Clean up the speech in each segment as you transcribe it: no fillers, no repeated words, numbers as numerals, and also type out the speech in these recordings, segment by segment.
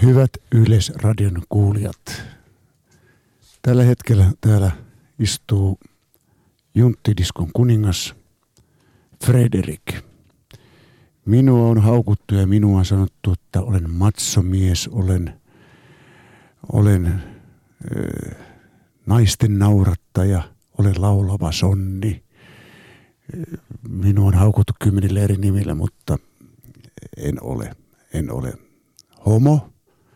Hyvät Yleisradion kuulijat, tällä hetkellä täällä istuu junttidiskon kuningas Fredrik. Minua on haukuttu ja minua on sanottu, että olen matsomies, olen naisten naurattaja, olen laulava sonni. Minua on haukuttu 10 eri nimillä, mutta en ole homo.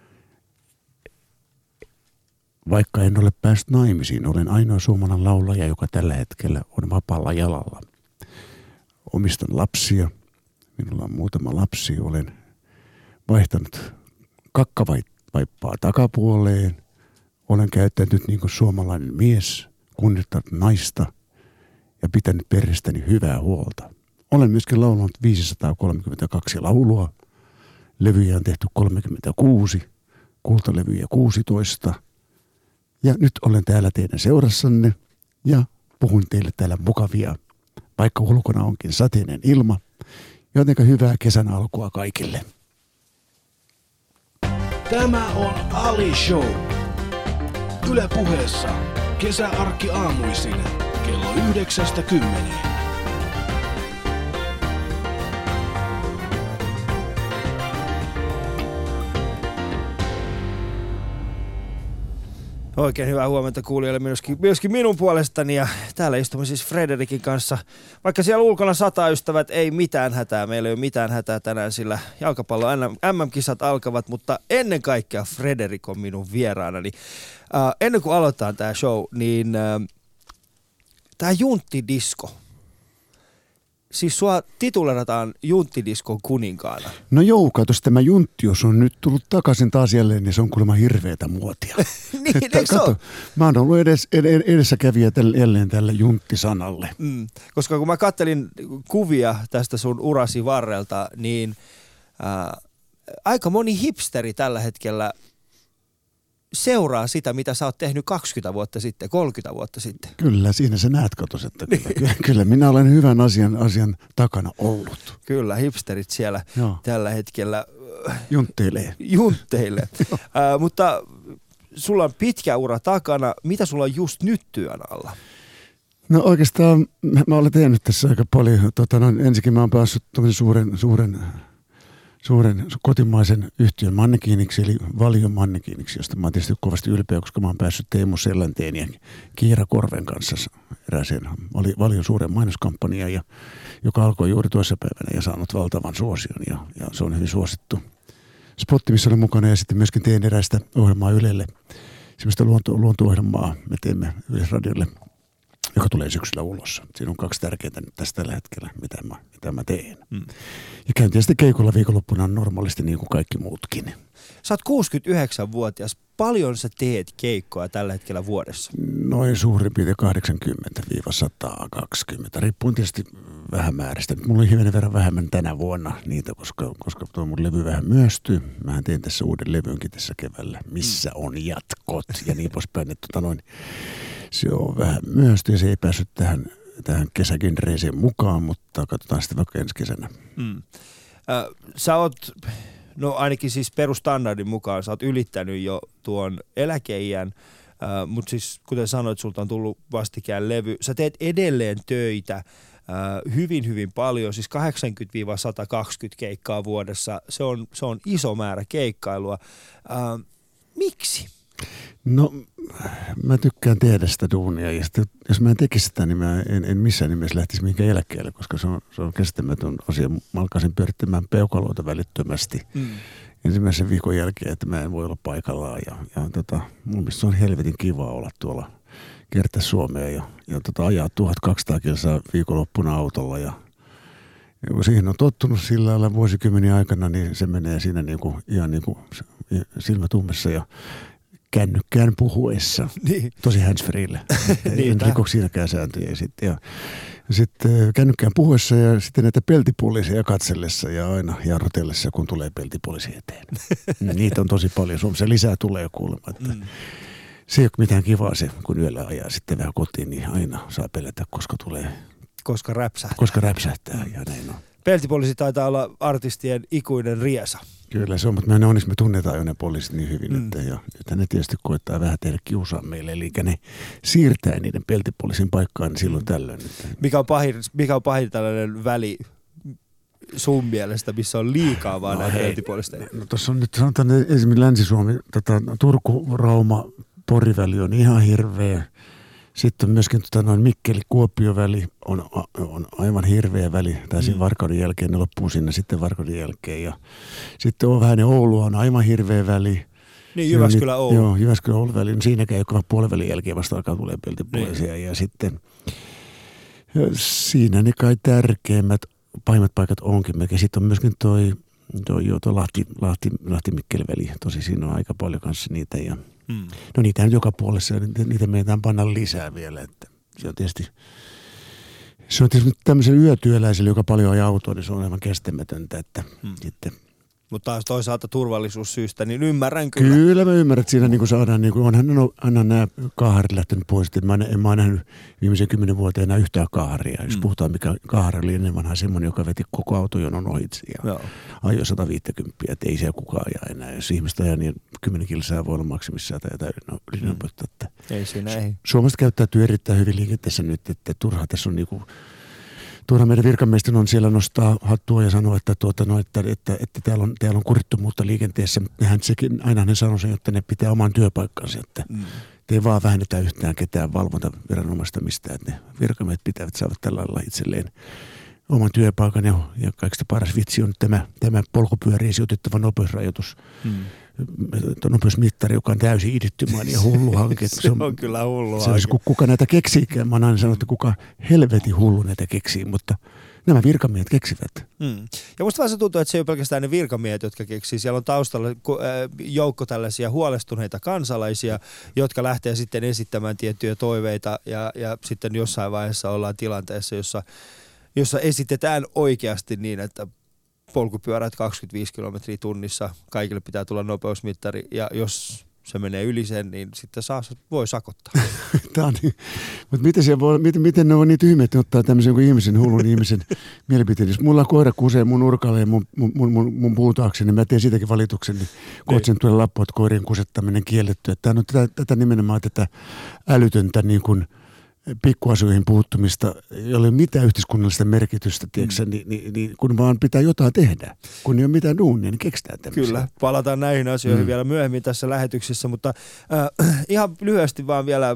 Vaikka en ole päässyt naimisiin, olen ainoa suomalainen laulaja, joka tällä hetkellä on vapaalla jalalla. Omistan lapsia. Minulla on muutama lapsi. Olen vaihtanut kakkavaippaa takapuoleen. Olen käyttänyt niin kuin suomalainen mies, kunnioittanut naista ja pitänyt perheestäni hyvää huolta. Olen myöskin laulanut 532 laulua. Levyjä on tehty 36, kultalevyjä 16. Ja nyt olen täällä teidän seurassanne ja puhun teille täällä mukavia, vaikka ulkona onkin sateinen ilma. Jotenka hyvää kesän alkua kaikille. Tämä on Ali Show. Yle Puheessa kesäarkki aamuisin kello 9-10. Oikein hyvää huomenta kuulijoille myöskin minun puolestani ja täällä istumme siis Fredrikin kanssa. Vaikka siellä ulkona sataa ystävät, ei mitään hätää. Meillä ei ole mitään hätää tänään, sillä jalkapallon MM-kisat alkavat, mutta ennen kaikkea Fredrik on minun vieraanani. Ennen kuin aloitetaan tämä show, niin tämä junttidisko. Siis sua titulerataan junttidiskon kuninkaana. No joo, katos, tämä junttius on nyt tullut takaisin taas jälleen, niin se on kuulemma hirveätä muotia. Niin, eikö se ole? Mä oon ollut edessäkävijä jälleen tälle junttisanalle. Koska kun mä kattelin kuvia tästä sun urasi varrelta, niin aika moni hipsteri tällä hetkellä seuraa sitä, mitä sä oot tehnyt 20 vuotta sitten, 30 vuotta sitten. Kyllä, siinä sä näet, katos, että kyllä minä olen hyvän asian takana ollut. Kyllä, hipsterit siellä tällä hetkellä Juntteilee. Mutta sulla on pitkä ura takana. Mitä sulla on just nyt työn alla? No oikeastaan mä olen tehnyt tässä aika paljon. Ensinnäkin mä oon päässyt suuren kotimaisen yhtiön mannekiiniksi, eli Valion mannekiiniksi, josta mä oon tietysti kovasti ylpeä, koska mä oon päässyt Teemu Sellänteen ja Kiira Korven kanssa erääseen Valion suuren mainoskampanjaan, joka alkoi juuri toissa päivänä ja saanut valtavan suosion ja se on hyvin suosittu spotti, missä olen mukana ja sitten myöskin teen eräistä ohjelmaa Ylelle, semmoista luonto-ohjelmaa me teemme Yleisradiolle, joka tulee syksyllä ulos. Siinä on 2 tärkeintä nyt tässä tällä hetkellä, mitä mä teen. Ja käyn tietysti keikolla viikonloppuna normaalisti niin kuin kaikki muutkin. Sä oot 69-vuotias. Paljon sä teet keikkoa tällä hetkellä vuodessa? Noin suurin piirtein 80-120. Riippuu tietysti vähän määristä. Mulla oli hivenen verran vähemmän tänä vuonna niitä, koska tuo mun levy vähän myöstyy. Mähän tein tässä uuden levynkin tässä keväällä. Missä on jatkot ja niin poispäin. Se on vähän myöstyy ja se ei päässyt tähän kesägenreeseen mukaan, mutta katsotaan sitten vaikka ensi kesänä. Sä oot, no ainakin siis perustandardin mukaan, sä oot ylittänyt jo tuon eläkeiän, mutta siis kuten sanoit, sulta on tullut vastikään levy. Sä teet edelleen töitä hyvin paljon, siis 80-120 keikkaa vuodessa. Se on iso määrä keikkailua. Miksi? No, mä tykkään tehdä sitä duunia ja sitten, jos mä en tekisi sitä, niin mä en missään nimessä lähtisi mihinkään eläkkeelle, koska se on kestämätön asia. Mä alkaisin pyörittämään peukaloita välittömästi ensimmäisen viikon jälkeen, että mä en voi olla paikallaan. Ja mun mielestä se on helvetin kiva olla tuolla kiertää Suomea ja ajaa 1200 kilsaa viikonloppuna autolla ja kun siihen on tottunut sillä lailla vuosikymmeniä aikana, niin se menee siinä ihan silmät ummessa ja kännykkään puhuessa, tosi handsfreelle, en riko siinäkään sääntöjä sitten. Ja sitten kännykkään puhuessa ja sitten näitä peltipoliiseja katsellessa ja aina jarrutellessa, kun tulee peltipoliisi eteen. Niitä on tosi paljon. Suomessa lisää tulee kuulemma. Se ei ole mitään kivaa se, kun yöllä ajaa sitten vähän kotiin, niin aina saa pelätä, koska räpsähtää. Ja näin on. Peltipoliisi taitaa olla artistien ikuinen riesa. Kyllä se on, mutta onneksi me tunnetaan jo ne poliisit niin hyvin, että ja nyt ne tietysti koittaa vähän tehdä kiusaa meille, eli ne siirtää niiden peltipoliisin paikkaan silloin tällöin. Mikä on pahin tällainen väli sun mielestä, missä on liikaa vaan näitä peltipoliisteja? No tuossa on nyt sanotaan, että esimerkiksi Länsi-Suomi, Turku-Rauma-Pori-väli on ihan hirveä. Sitten on myöskin Mikkeli-Kuopio-väli on aivan hirveä väli. Tai siinä Varkauden jälkeen, ne loppuu sinne sitten Varkauden jälkeen. Ja sitten on vähän Oulu on aivan hirveä väli. Niin, Jyväskylä-Oulu. Joo, Jyväskylä-Oulu-väli. No siinäkään, joka puolivälin jälkeen vasta alkaa tulee peltipoliisia. Niin. Ja sitten siinä ne kai tärkeimmät pahimmat paikat onkin. Sitten on myöskin toi Lahti-Mikkeli-väli. Tosi siinä on aika paljon kanssa niitä ja no niitä on joka puolessa ja niitä meidän panna lisää vielä, että se on tietysti tämmöiselle yötyöläiselle, joka paljon ajaa autoa, niin se on aivan kestämätöntä, että sitten. Mutta taas toisaalta turvallisuussyistä, niin ymmärrän kyllä. Kyllä mä ymmärrän, että siinä niin kuin saadaan, niin kuin onhan nämä kaaharit lähtenyt pois, että en mä nähnyt viimeisen 10 vuoteen enää yhtään kaaharia. Jos puhutaan, mikä kaahari oli ennen vanhaa semmoinen, joka veti koko autojonon ohitse ja ajoi 150, että ei siellä kukaan ajaa enää. Jos ihmistä ajaa, niin 10 kilsaa voi olla maksimissaan tai ylinopeutta. Ei siinä ei. Suomalaiset käyttäytyy erittäin hyvin liikenteessä nyt, että turha tässä on niinku. Turha meidän virkamiesten on siellä nostaa hattua ja sanoa, että täällä on kurittomuutta liikenteessä. Aina ne sanoo sen, että ne pitää oman työpaikkansa, että ei vaan vähennetä yhtään ketään valvontaviranomaista mistään. Että ne virkamiehet pitävät saavat tällä lailla itselleen oman työpaikan ja kaikista paras vitsi on tämä polkupyöriin sijoitettava nopeusrajoitus. Nopeusmittari, joka on täysin idittymäinen ja hullu hanke. Se on kyllä hullu hanke. Se kuka näitä keksiikään. Mä oon aina sanonut, että kuka helvetin hullu näitä keksii, mutta nämä virkamiehet keksivät. Ja musta vaan se tuntuu, että se ei ole pelkästään ne virkamiehet, jotka keksii. Siellä on taustalla joukko tällaisia huolestuneita kansalaisia, jotka lähtee sitten esittämään tiettyjä toiveita ja sitten jossain vaiheessa ollaan tilanteessa, jossa esitetään oikeasti niin, että polkupyörät 25 kilometriä tunnissa, kaikille pitää tulla nopeusmittari ja jos se menee yli sen, niin sitten voi sakottaa. Niin. Mutta miten ne on niin tyhmiä, että ottaa tämmöisen kuin hullun ihmisen mielipiteen. Jos mulla on koira kusee mun nurkalle ja mun puun taakse, niin mä teen siitäkin valituksen, niin kootsen tulee lappu, että koirien kusettaminen kielletty. Että tämä on tätä nimenomaan tätä älytöntä niin kuin pikkuasioihin puuttumista, ei ole mitään yhteiskunnallista merkitystä, tiedätkö, niin kun vaan pitää jotain tehdä. Kun ei ole mitään duunia, niin keksitään tämmöisiä. Kyllä, palataan näihin asioihin vielä myöhemmin tässä lähetyksessä, mutta ihan lyhyesti vaan vielä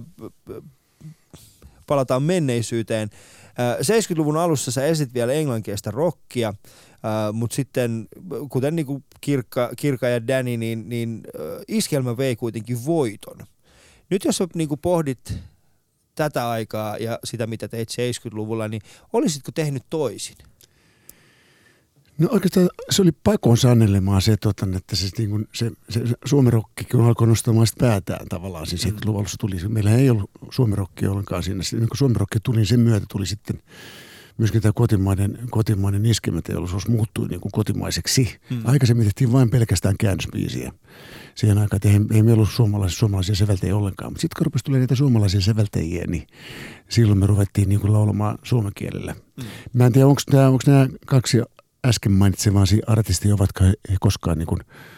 palataan menneisyyteen. 70-luvun alussa sä esit vielä englanninkielistä rockia, mutta sitten, kuten niin kuin Kirka ja Danny, niin iskelmä vei kuitenkin voiton. Nyt jos niin kuin pohdit tätä aikaa ja sitä, mitä teit 70-luvulla, niin olisitko tehnyt toisin? No oikeastaan se oli pakoon sanelemaan se, että se suomirokkikin alkoi nostamaan päätään tavallaan. Siis 70-luvun alussa tuli, meillä ei ollut suomirokkia ollenkaan siinä. Niin kun suomirokki tuli, niin sen myötä tuli sitten myöskin tämä kotimainen iskelmäteollisuus muuttui niin kuin kotimaiseksi. Aikaisemmin tehtiin vain pelkästään käännösbiisiä. Siihen aikaan ei meillä ollut suomalaisia säveltäjiä ollenkaan. Mutta sitten kun rupesi tulee niitä suomalaisia säveltäjiä, niin silloin me ruvettiin niin kuin laulamaan suomen kielellä. Mä en tiedä, onko nämä kaksi äsken mainitsemasi artistia, ovatko he koskaan niin kuin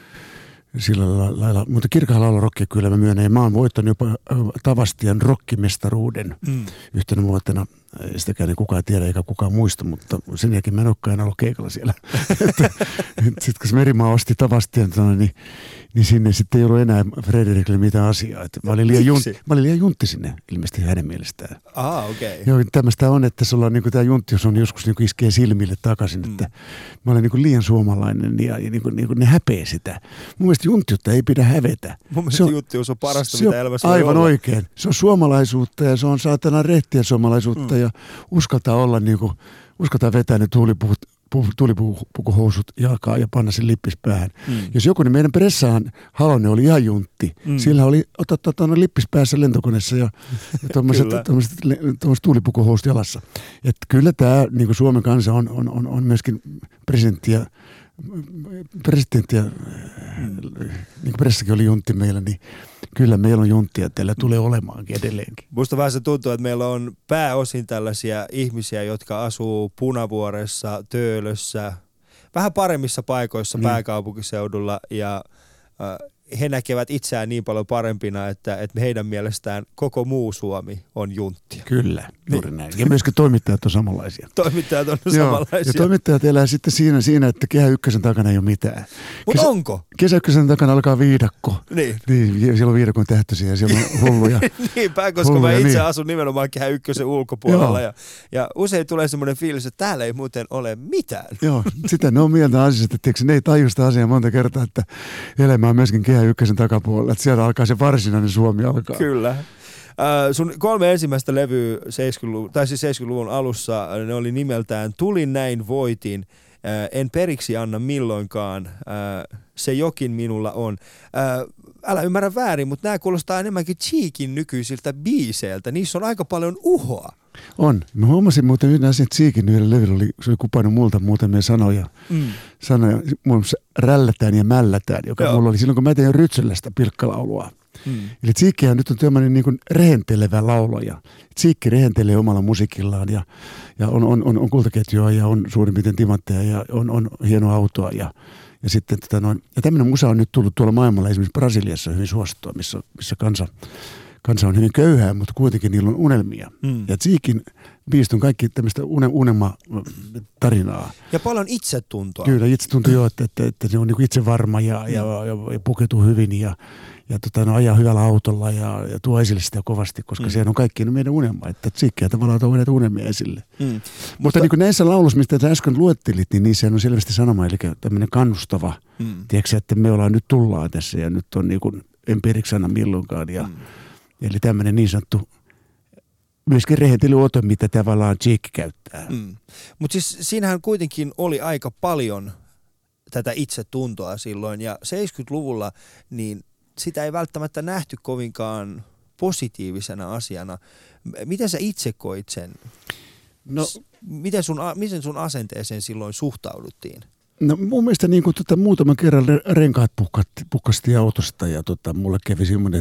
sillä lailla. Mutta Kirkan laulurokkia kyllä mä myönnän. Ja mä oon voittanut jopa Tavastian rokkimestaruuden yhtenä vuotena. Sitäkään ei kukaan tiedä eikä kukaan muista, mutta sen jälkeen mä en olekaan ollut keikalla siellä. Sitten kun Merimaa osti Tavastian, niin sinne sitten ei ollut enää Frederikille mitään asiaa. Mä olin liian juntti sinne ilmeisesti hänen mielestään. Okei. Joo, tämmöistä on, että sulla on niin tämä junttius on joskus niin iskee silmille takaisin, että mä olen niin liian suomalainen ja niin ne häpeä sitä. Mun mielestä junttiutta ei pidä hävetä. Mun mielestä junttius on parasta, mitä elämässä voi aivan olla. Oikein. Se on suomalaisuutta ja se on saatana rehtiä suomalaisuutta ja uskaltaa olla uskaltaa vetää ne tuulipukuhousut jalkaan ja panna sen lippis päähän. Jos joku, niin meidän pressaan Halonen oli ihan juntti. Sillä oli lippis päässä lentokoneessa ja tuommoiset tuulipukuhousut jalassa. Et kyllä tämä niin Suomen kansa on myöskin presidenttiä, niin kuin pressakin oli juntti meillä, niin kyllä meillä on junttia, teillä tulee olemaankin edelleenkin. Musta vähän se tuntuu, että meillä on pääosin tällaisia ihmisiä, jotka asuu Punavuoressa, Töölössä, vähän paremmissa paikoissa pääkaupunkiseudulla ja he näkevät itseään niin paljon parempina, että heidän mielestään koko muu Suomi on junttia. Kyllä, juuri näin. Ja myöskin toimittajat on samanlaisia. Toimittajat on samanlaisia. Ja toimittajat elää sitten siinä, että Kehä Ykkösen takana ei ole mitään. Mutta onko? Kesä Ykkösen takana alkaa viidakko. Niin, siellä on viidakon tähtöisiä ja siellä on hulluja. Niinpä, koska mä itse asun nimenomaan Kehä Ykkösen ulkopuolella. Ja usein tulee semmoinen fiilis, että täällä ei muuten ole mitään. Joo, sitä ne on mieltä asiasta, että ne ei taju sitä asiaa monta kertaa, että elämä on myöskin Kehä Ykkösen takapuolella, että sieltä alkaa se varsinainen Suomi alkaa. Kyllä. Sun 3 ensimmäistä levyä 70-luvun alussa, ne oli nimeltään Tulin näin voitin, En periksi anna milloinkaan, Se jokin minulla on. Älä ymmärrä väärin, mutta nämä kuulostaa enemmänkin Cheekin nykyisiltä biiseiltä. Niissä on aika paljon uhoa. On. Mä huomasin muuten yhden asian, että Cheekin yhdellä levyllä se oli kupannut multa muutamia sanoja. Sanoja, muun muassa rällätään ja mällätään, joka mulla oli silloin, kun mä tein Rytselästä pilkkalaulua. Eli Cheekkihän nyt on tämmöinen niin kuin rehentelevä laulaja. Cheekki rehentelee omalla musiikillaan ja on kultaketjua ja on suurin piirtein timantteja ja on hienoa autoa ja sitten ja tämmöinen musa on nyt tullut tuolla maailmalla, esimerkiksi Brasiliassa hyvin suosittua, missä kansa on hyvin köyhää, mutta kuitenkin niillä on unelmia. Ja Cheekin biisit on kaikki tämmöistä unelma-tarinaa. Ja paljon itsetuntoa. Kyllä, itsetunto jo, että se on niin kuin itsevarma ja pukeutuu hyvin ja ajaa hyvällä autolla ja tuo esille sitä kovasti, koska sehän on kaikki meidän unelma, että Cheekkiä tavallaan tuo näitä unelmia esille. Mutta niin kuin näissä lauluissa, mistä sä äsken luettelit, niin niissä on selvästi sanoma, eli tämmöinen kannustava. Tiedätkö, että me tullaan tässä ja nyt on niin kuin en periksi anna milloinkaan. Eli tämmöinen niin sanottu myöskin rehentelyote, mitä tavallaan Cheekki käyttää. Mutta siis siinähän kuitenkin oli aika paljon tätä itsetuntoa silloin ja 70-luvulla niin sitä ei välttämättä nähty kovinkaan positiivisena asiana. Miten sä itse koit sen? No, miten sun asenteeseen silloin suhtauduttiin? No mun mielestä niin kuin muutaman kerran renkaat pukkasti autosta ja mulle kävi semmoinen,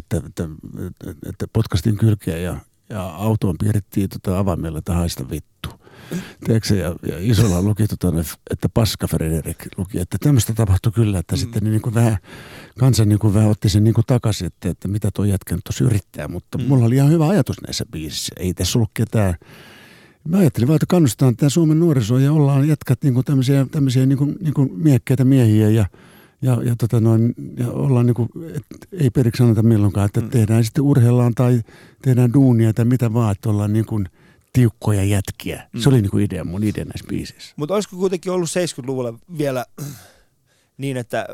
että potkastiin kylkeä ja autoon piirrettiin avaimella, että haista vittu. Tiedätkö, ja isolla luki, että paska Frederik luki, että tämmöistä tapahtui kyllä, että sitten niin kuin kansa niin kuin vähän otti sen niin kuin takaisin, että mitä tuo jätkä nyt tuossa yrittää, mutta mulla oli ihan hyvä ajatus näissä biisissä. Ei tässä ollut ketään. Mä ajattelin vaan, että kannustetaan tämä Suomen nuorisoa ja ollaan jätkät niin kuin tämmöisiä niin kuin miekkäitä miehiä ja ollaan niin kuin, ei periksi sanota milloinkaan, että tehdään sitten urheillaan tai tehdään duunia tai mitä vaan, että ollaan niin kuin tiukkoja jätkiä. Se oli niin kuin mun idea näissä biisissä. Mutta olisiko kuitenkin ollut 70-luvulla vielä niin, että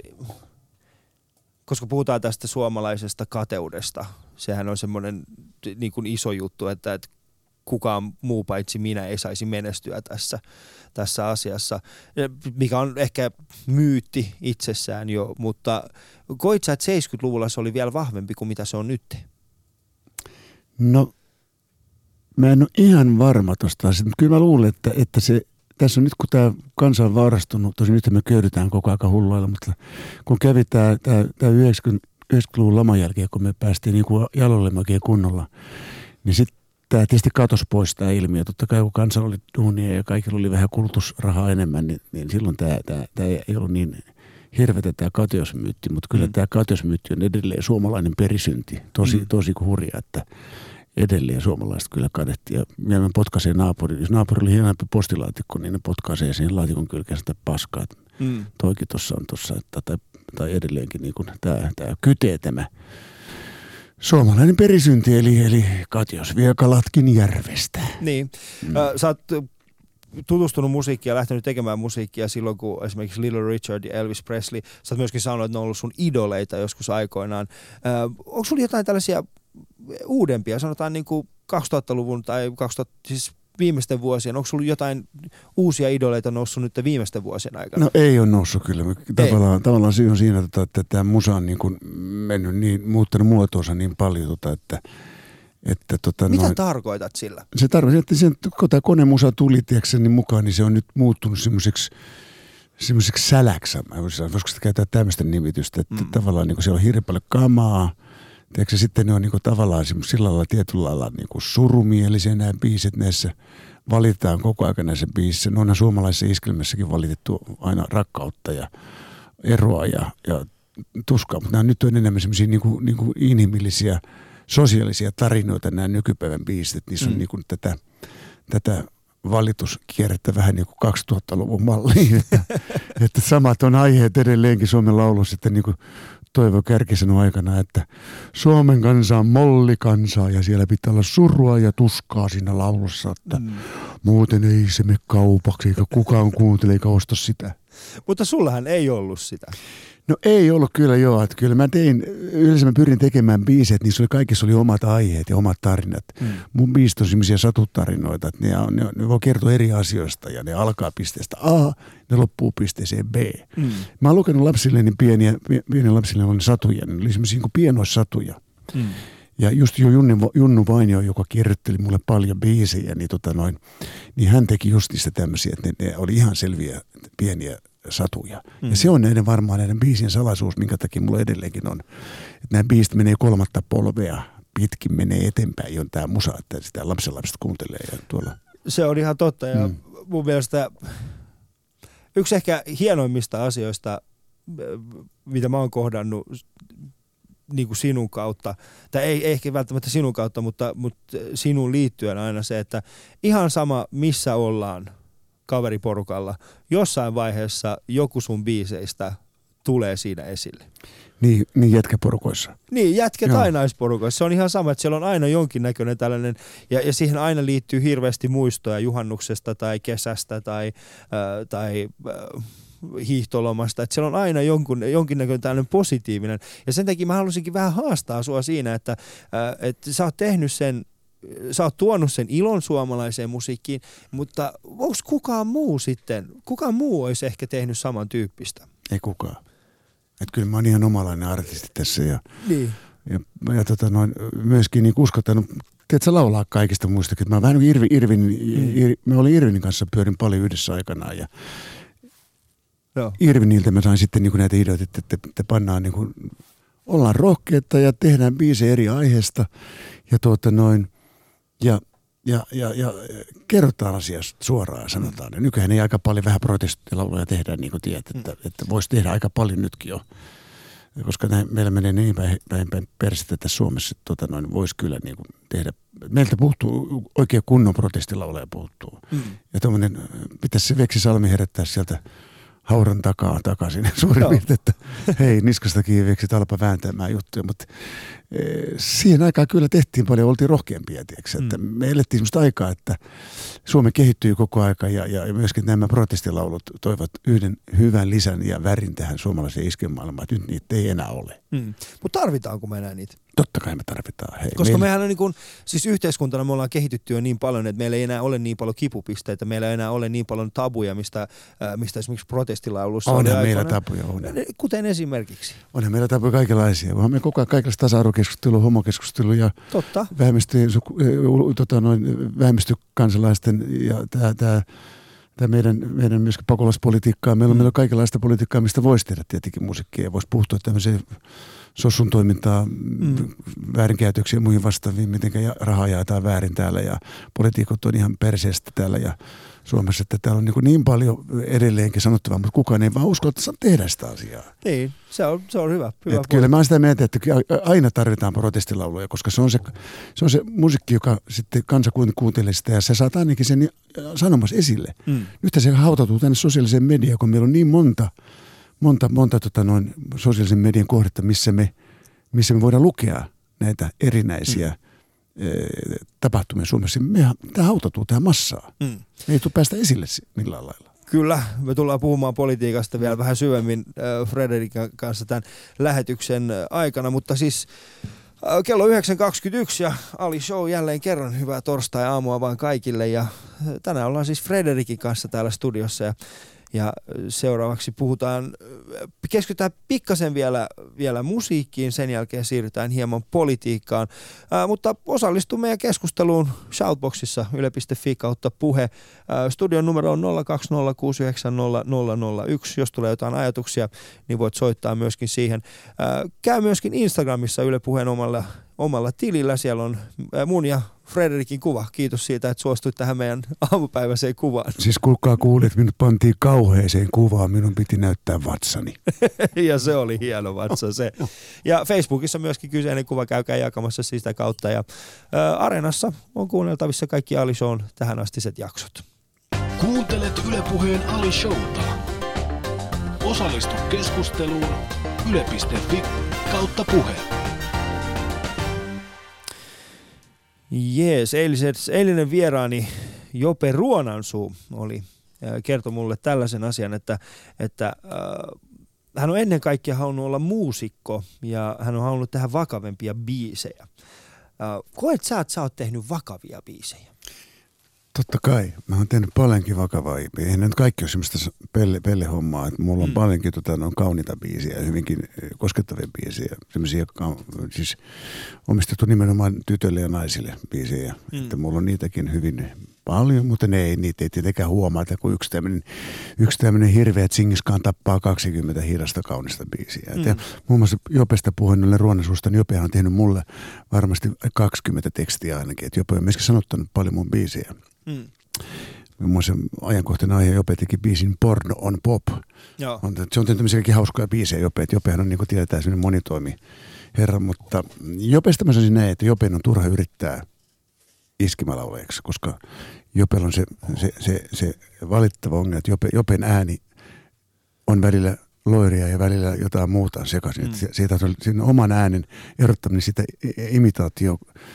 koska puhutaan tästä suomalaisesta kateudesta, sehän on semmoinen niin kuin iso juttu, että kukaan muu paitsi minä ei saisi menestyä tässä asiassa, mikä on ehkä myytti itsessään jo, mutta koit sä, että 70-luvulla se oli vielä vahvempi kuin mitä se on nyt? No, mä en ole ihan varma tuosta asiasta, mutta kyllä mä luulen, että se, tässä on nyt kun tämä kansa on vaarastunut, tosin nyt me köydytään koko ajan hulluilla, mutta kun kävi tämä 90-luvun laman jälkeen, kun me päästiin niin kuin jalolle oikein kunnolla, niin sitten tämä tietysti katosi pois tämä ilmiö. Totta kai kun kansa oli duunia ja kaikilla oli vähän kulutusrahaa enemmän, niin silloin tämä ei ollut niin hirvetä tämä kateusmyytti, mutta kyllä tämä kateusmyytti on edelleen suomalainen perisynti. Tosi hurja, että edelleen suomalaiset kyllä kadettiin. Ja mielellä potkaisee naapuri. Jos naapuri oli hienompi postilaatikko, niin ne potkaisee siihen laatikon kylkeen sitä paskaa. Toikin tuossa on tuossa, tai edelleenkin niin kuin tämä kytee tämä suomalainen perisynti, eli Katjos vie kalatkin järvestä. Niin. Sä oot tutustunut musiikkiin ja lähtenyt tekemään musiikkia silloin, kun esimerkiksi Little Richard ja Elvis Presley, sä oot myöskin sanonut, että ne on ollut sun idoleita joskus aikoinaan. Onko sulla jotain tällaisia uudempia, sanotaan niin kuin 2000-luvun tai siis viimeisten vuosien, onko sulla jotain uusia idoleita noussut nyt viimeisten vuosien aikana? No ei ole noussut kyllä. Tavallaan syy on siinä, että tämä musa on niin kuin muuttanut muotoonsa niin paljon, että mitä tarkoitat sillä? Se tarkoittaa, että kun tämä konemusa tuli niin mukaan, niin se on nyt muuttunut semmoiseksi säläksi. Voisiko sitä käyttää tämmöistä nimitystä, että tavallaan niin kuin siellä on hirveän paljon kamaa. Tiedätkö, sitten ne on niin kuin tavallaan sillä lailla tietyllä lailla niin kuin surumielisiä nämä biisit näissä valitetaan koko ajan näissä biisissä. No onhan suomalaisessa iskelmässäkin valitettu aina rakkautta ja eroa ja tuskaa, mutta nämä nyt on enemmän semmoisia niinku inhimillisiä, sosiaalisia tarinoita nämä nykypäivän biisit. Niissä on niinku tätä valituskierrettä vähän niin kuin 2000-luvun malliin, että samat on aiheet edelleenkin Suomen laulussa, että niin kuin Toivo Kärki sanoi aikana, että Suomen kansa on mollikansaa ja siellä pitää olla surua ja tuskaa siinä laulussa, että muuten ei se mene kaupaksi eikä kukaan kuuntele eikä osta sitä. Mutta sullahan ei ollut sitä. No ei ollut kyllä joo, että kyllä yleensä mä pyrin tekemään biisejä, että niissä kaikissa oli omat aiheet ja omat tarinat. Mun biisit on sellaisia satutarinoita, että ne voi kertoa eri asioista ja ne alkaa pisteestä A, ne loppuu pisteeseen B. Mä oon lukenut lapsilleni pieniä lapsilleni oli satuja, ne oli semmoisia niin pienoissatuja. Ja just jo Junnu Vainio, joka kirjoitteli mulle paljon biisejä, niin hän teki just niistä tämmöisiä, että ne oli ihan selviä pieniä satuja. Ja se on varmaan näiden biisien salaisuus, minkä takia mulla edelleenkin on. Että nämä biisit menee 3. polvea, pitkin menee eteenpäin, on tämä musa, että sitä lapsenlapset kuuntelee. Ja tuolla. Se on ihan totta ja mun mielestä yksi ehkä hienoimmista asioista, mitä mä oon kohdannut niin kuin sinun kautta, tai ei ehkä välttämättä sinun kautta, mutta sinun liittyen aina se, että ihan sama missä ollaan kaveriporukalla, jossain vaiheessa joku sun biiseistä tulee siinä esille. Niin jätkäporukoissa. Niin, tai naisporukoissa. Se on ihan sama, että siellä on aina jonkinnäköinen tällainen, ja siihen aina liittyy hirveästi muistoja juhannuksesta tai kesästä tai hiihtolomasta, että siellä on aina jonkinnäköinen tällainen positiivinen. Ja sen takia mä halusinkin vähän haastaa sua siinä, että sä oot tehnyt sen, sä oot tuonut sen ilon suomalaiseen musiikkiin, mutta onko kukaan muu olisi ehkä tehnyt samantyyppistä? Ei kukaan. Että kyllä mä oon ihan omalainen artisti tässä ja myöskin niin uskottanut, tiedätkö sä laulaa kaikista muistakin. Mä vähän mä olin Irvinin kanssa, pyörin paljon yhdessä aikanaan ja Irviniltä mä sain sitten niin näitä ideoita, että pannaan niin kuin, ollaan rohkeita ja tehdään biisejä eri aiheesta ja kerrotaan asiasta suoraan sanotaan. Ja nykyään ei aika paljon vähän protestilauluja tehdään, niin kuin tiedät, että voisi tehdä aika paljon nytkin jo. Koska meillä menee niin päin persettä tässä Suomessa, että voisi kyllä niin kuin tehdä. Meiltä puuttuu, oikein kunnon protestilauluja puuttuu. Ja tuommoinen, pitäisi se Veksi Salmi herättää sieltä hauran takaa takaisin suurin piirtein, että hei, niskasta kiinni Veksi Talpa vääntämään juttuja, mutta siihen aikaan kyllä tehtiin paljon, oltiin rohkeampia, että me elettiin semmoista aikaa, että Suomi kehittyy koko aika ja myöskin nämä protestilaulut toivat yhden hyvän lisän ja värin tähän suomalaiseen iskemaailmaan, että nyt niitä ei enää ole. Mutta tarvitaanko me enää niitä? Totta kai me tarvitaan. Hei, koska mehän on niin kuin, siis yhteiskuntana me ollaan kehitytty jo niin paljon, että meillä ei enää ole niin paljon kipupisteitä, meillä ei enää ole niin paljon tabuja, mistä esimerkiksi protestilaulussa onhan meillä tabuja. Kuten esimerkiksi. Onhan meillä tabuja kaikenlaisia. Onhan me koko ajan kaikenlaista tasa-arvokeskustelua, homokeskustelua ja vähemmistökansalaisten ja tämä meidän myöskin pakolaispolitiikkaa. Meillä on kaikenlaista politiikkaa, mistä voisi tehdä tietenkin musiikkia ja voisi puhua tämmöiseen sossun toimintaa, väärinkäytöksiä ja muihin vastaaviin, miten rahaa jaetaan väärin täällä ja politiikot on ihan perseestä täällä ja Suomessa, että täällä on niin paljon edelleenkin sanottavaa, mutta kukaan ei vaan usko, että saa tehdä sitä asiaa. Niin, se on hyvä kyllä mä oon sitä mieltä, että aina tarvitaan protestilauluja, koska se on se musiikki, joka sitten kansa kuuntelee sitä ja sä saat ainakin sen sanomassa esille. Nyt se hautautuu tänne sosiaaliseen mediaan, kun meillä on niin monta sosiaalisen median kohdetta, missä me voidaan lukea näitä erinäisiä tapahtumia Suomessa. Tämä hautautuu tähän massaan. Me ei tule päästä esille millään lailla. Kyllä, me tullaan puhumaan politiikasta vielä vähän syvemmin Frederikin kanssa tämän lähetyksen aikana, mutta siis kello 9.21 ja Ali Show jälleen kerran hyvää torstai-aamua vaan kaikille ja tänään ollaan siis Frederikin kanssa täällä studiossa ja seuraavaksi keskitytään pikkasen vielä musiikkiin, sen jälkeen siirrytään hieman politiikkaan, mutta osallistu meidän keskusteluun Shoutboxissa yle.fi/puhe. Studion numero on 020690001. Jos tulee jotain ajatuksia, niin voit soittaa myöskin siihen. Käy myöskin Instagramissa Yle Puheen omalla tilillä. Siellä on mun ja Frederikin kuva. Kiitos siitä, että suostuit tähän meidän aamupäiväiseen kuvaan. Siis kuulkaa kuulit, minut pantiin kauheeseen kuvaan, minun piti näyttää vatsani. Ja se oli hieno vatsa se. Ja Facebookissa myöskin kyseinen kuva, käykää jakamassa sitä kautta. Ja Areenassa on kuunneltavissa kaikki Ali Shown tähänastiset jaksot. Kuuntelet Yle Puheen Ali Showta. Osallistu keskusteluun yle.fi/puhe. Jees, eilinen vieraani Jope Ruonansuu kertoi mulle tällaisen asian, että hän on ennen kaikkea halunnut olla muusikko ja hän on halunnut tehdä vakavempia biisejä. Koet sä, että sä oot tehnyt vakavia biisejä? Totta kai. Mä oon tehnyt paljonkin vakavaa. Eihän nyt kaikki ole semmoista pelle-hommaa. Että mulla on paljonkin kauniita biisejä ja hyvinkin koskettavia biisejä. Semmoisia, jotka on siis omistettu nimenomaan tytöille ja naisille biisejä. Että mulla on niitäkin hyvin paljon, mutta niitä ei tietenkään huomata, kun yksi tämmöinen hirveä Tsingiskaan tappaa 20 hidasta kaunista biisiä. Ja muun muassa Jopesta puhuen Ruonansuusta, niin Jopehan on tehnyt mulle varmasti 20 tekstiä ainakin. Että Jope on myöskin sanottanut paljon mun biisejä. Muun muassa ajankohtainen aihe Jope teki biisin Porno on Pop. Joo. Se on tämmöisiäkin hauskoja biisejä Jope. Jopehan on, niin kuin tiedetään, semmoinen monitoimi herra. Mutta Jopesta mä sanoisin näin, että Jopen on turha yrittää iskimälaulajaksi, koska Jopella on se valittava ongelma, että Jopen ääni on välillä loiria ja välillä jotain muuta sekaisin. Siitä on oman äänen erottaminen sitä imitaatio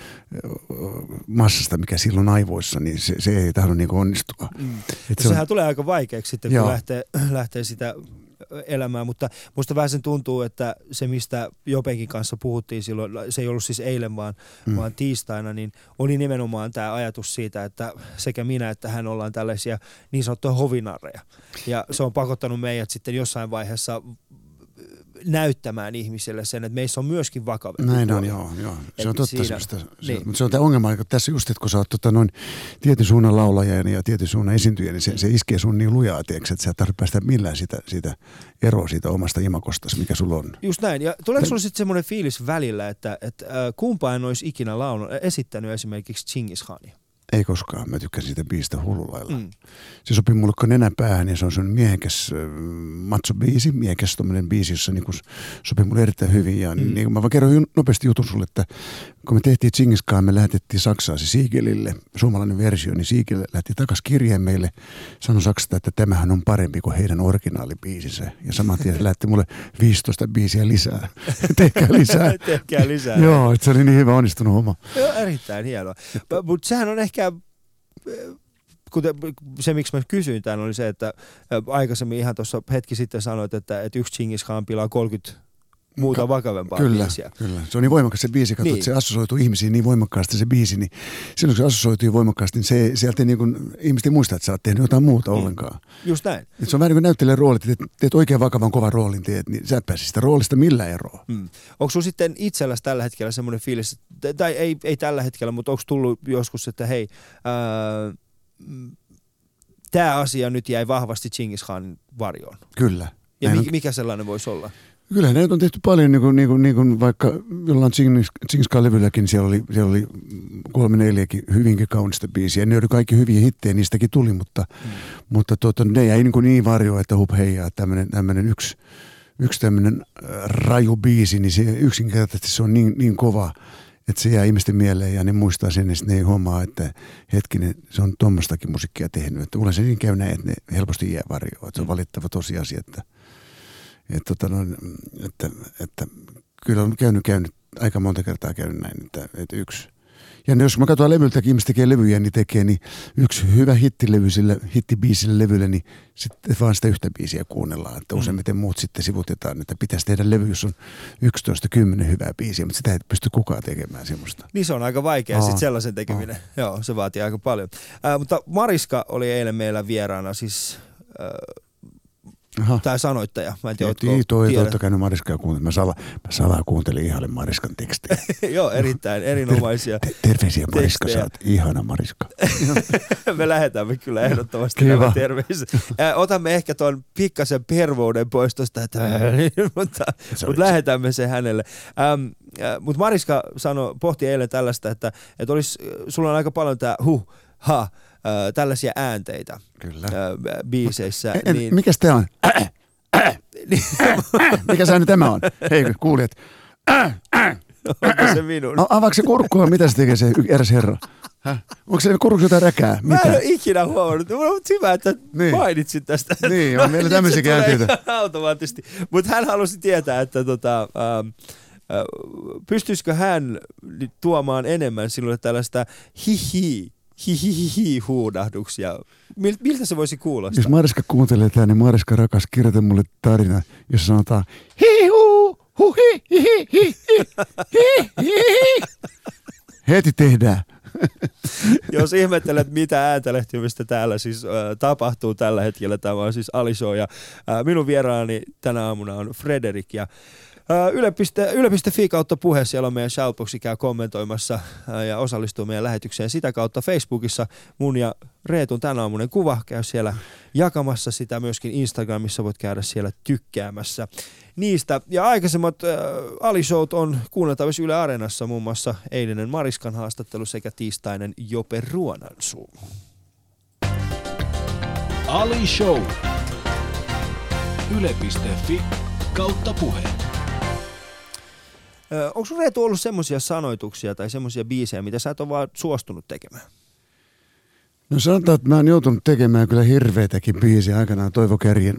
massasta, mikä silloin aivoissa, niin se ei tahdo niin onnistua. Sehän tulee aika vaikeaksi sitten, kun lähtee sitä elämään, mutta musta vähän sen tuntuu, että se mistä Jopenkin kanssa puhuttiin silloin, se ei ollut siis eilen vaan tiistaina, niin oli nimenomaan tämä ajatus siitä, että sekä minä että hän ollaan tällaisia niin sanottuja hovinarreja. Ja se on pakottanut meidät sitten jossain vaiheessa näyttämään ihmiselle sen, että meissä on myöskin vakavia. Näin on, joo. Se on totta. Niin. Mutta se on tämä ongelma, että tässä just, että kun sä oot tietyn suunnan laulaja ja tietyn suunnan esiintyjä, niin se iskee sun niin lujaa, että sä et tarvitse päästä millään siitä eroa siitä omasta imakostas, mikä sulla on. Just näin. Ja tuleeko sulla sitten semmoinen fiilis välillä, että kumpaa en olisi ikinä esittänyt esimerkiksi Džingis Khania? Ei koskaan. Mä tykkäsin siitä biisistä hullulailla. Se sopii mulle kuin nenän päähän ja se on semmoinen miehekäs macho-biisi, miehekäs tommoinen biisi, jossa niin sopii mulle erittäin hyvin. Ja niin, mä vaan kerron nopeasti jutun sulle, että kun me tehtiin Džingis Khan, me lähetettiin Saksaan se Siegelille, suomalainen versio, niin Siegel lähti takas kirjeen meille, sanoi Saksasta, että tämähän on parempi kuin heidän originaalibiisinsä. Ja saman tien se lähetti mulle 15 biisiä lisää. Tehkää lisää. Tehkää lisää. Joo, se oli niin hyvä onnistunut homma. Joo, erittäin hienoa. Mutta sehän on ehkä se, miksi mä kysyin tämän, oli se, että aikaisemmin ihan tuossa hetki sitten sanoit, että yksi Džingis Khan pilaa 30 muuta vakavempaa biisiä. Kyllä. Se on niin voimakas se biisi, katsot, se assosoituu ihmisiin niin voimakkaasti se biisi, niin silloin kun se assosoituu voimakkaasti, niin sieltä niin kuin, ihmiset ei muista, että sä oot tehnyt jotain muuta ollenkaan. Just näin. Et se on vähän niin kuin näyttelijän rooli, että teet oikein vakavan kovan roolin, niin sä et pääse sitä roolista millään eroa. Onko sulla sitten itselläsi tällä hetkellä semmoinen fiilis, tai ei tällä hetkellä, mutta onko tullut joskus, että hei, tämä asia nyt jäi vahvasti Džingis Khanin varjoon? Kyllä. Ja mikä sellainen voisi olla? Kyllä näitä on tehty paljon, niin kuin vaikka jollain Džingis Khan-levylläkin siellä oli 3-4 hyvinkin kaunista biisiä. Ne oli kaikki hyviä hittejä, niistäkin tuli, mutta ne jäi niin varjoon, että heijaa tämmöinen yksi tämmöinen raju biisi, niin se yksinkertaisesti se on niin kova, että se jää ihmisten mieleen ja ne muistaa sen, ja sitten ne ei huomaa, että hetkinen, se on tuommoistakin musiikkia tehnyt. Että usein se niin käy näin, että ne helposti jää varjoon. Että se on valittava tosiasia, että kyllä on käynyt aika monta kertaa käynyt näin, että yksi. Ja jos mä katson levyltäkin, ihmiset tekee levyjä, niin tekee niin yksi hyvä hittibiisille levylle, niin sitten vaan sitä yhtä biisiä kuunnellaan. Että useimmiten muut sitten sivutetaan, että pitäisi tehdä levy, jos on 11-10 hyvää biisiä, mutta sitä ei pysty kukaan tekemään semmoista. Niin se on aika vaikea sitten sellaisen tekeminen. Joo, se vaatii aika paljon. Mutta Mariska oli eilen meillä vieraana, siis tämä sanoittaja. Mä en tiedä, oletko käynyt Mariskaa kuuntelemaan. Mä salaa kuuntelin ihalle Mariskan tekstejä. Joo, erittäin erinomaisia terveisiä Mariska, sä oot ihana Mariska. Me lähetämme kyllä ehdottomasti nämä terveiset. Otamme ehkä tuon pikkasen pervouden pois tuosta, mutta lähetämme se hänelle. Mutta Mariska pohti eilen tällaista, että sulla on aika paljon tää tällaisia äänteitä. Kyllä. Biiseissä. Niin... Mikäs tää on? Mikä säännö tämä on? Hei, kuulijat. Onko se minun? Avaako se kurkkua? Mitä se tekee se eräs herra? Onko se kurkussa jotain räkää? Mä en ole ikinä huomannut. Mutta hyvä, että mainitsit tästä. Niin, on meillä tämmöisiä käänteitä. Automaattisesti. Mutta hän halusi tietää, että pystyisikö hän tuomaan enemmän sinulle tällaista huudahduksia. Miltä se voisi kuulostaa? Jos Mariska kuuntelee tämän, niin Mariska rakas, kirjoita mulle tarina, jossa sanotaan hi-hu, hu-hi-hi-hi-hi. Heti tehdään. Jos ihmettelet, mitä ääntälehtymistä täällä siis tapahtuu tällä hetkellä, tämä on siis Ali Show ja minun vieraani tänä aamuna on Frederik ja Yle.fi/puhe, siellä on meidän shoutboxi, käy kommentoimassa ja osallistuu meidän lähetykseen sitä kautta. Facebookissa mun ja Reetun tänä aamunen kuva, käy siellä jakamassa sitä, myöskin Instagramissa voit käydä siellä tykkäämässä niistä. Ja aikaisemmat Ali Showt on kuunneltavissa Yle Areenassa, muun muassa eilinen Mariskan haastattelu sekä tiistainen Jope Ruonansuu. Ali Show. Yle.fi/puhe. Onko sun Reetu ollut semmoisia sanoituksia tai semmoisia biisejä, mitä sä et ole vaan suostunut tekemään? No sanotaan, että mä oon joutunut tekemään kyllä hirveitäkin biisiä aikanaan Toivo Kärjen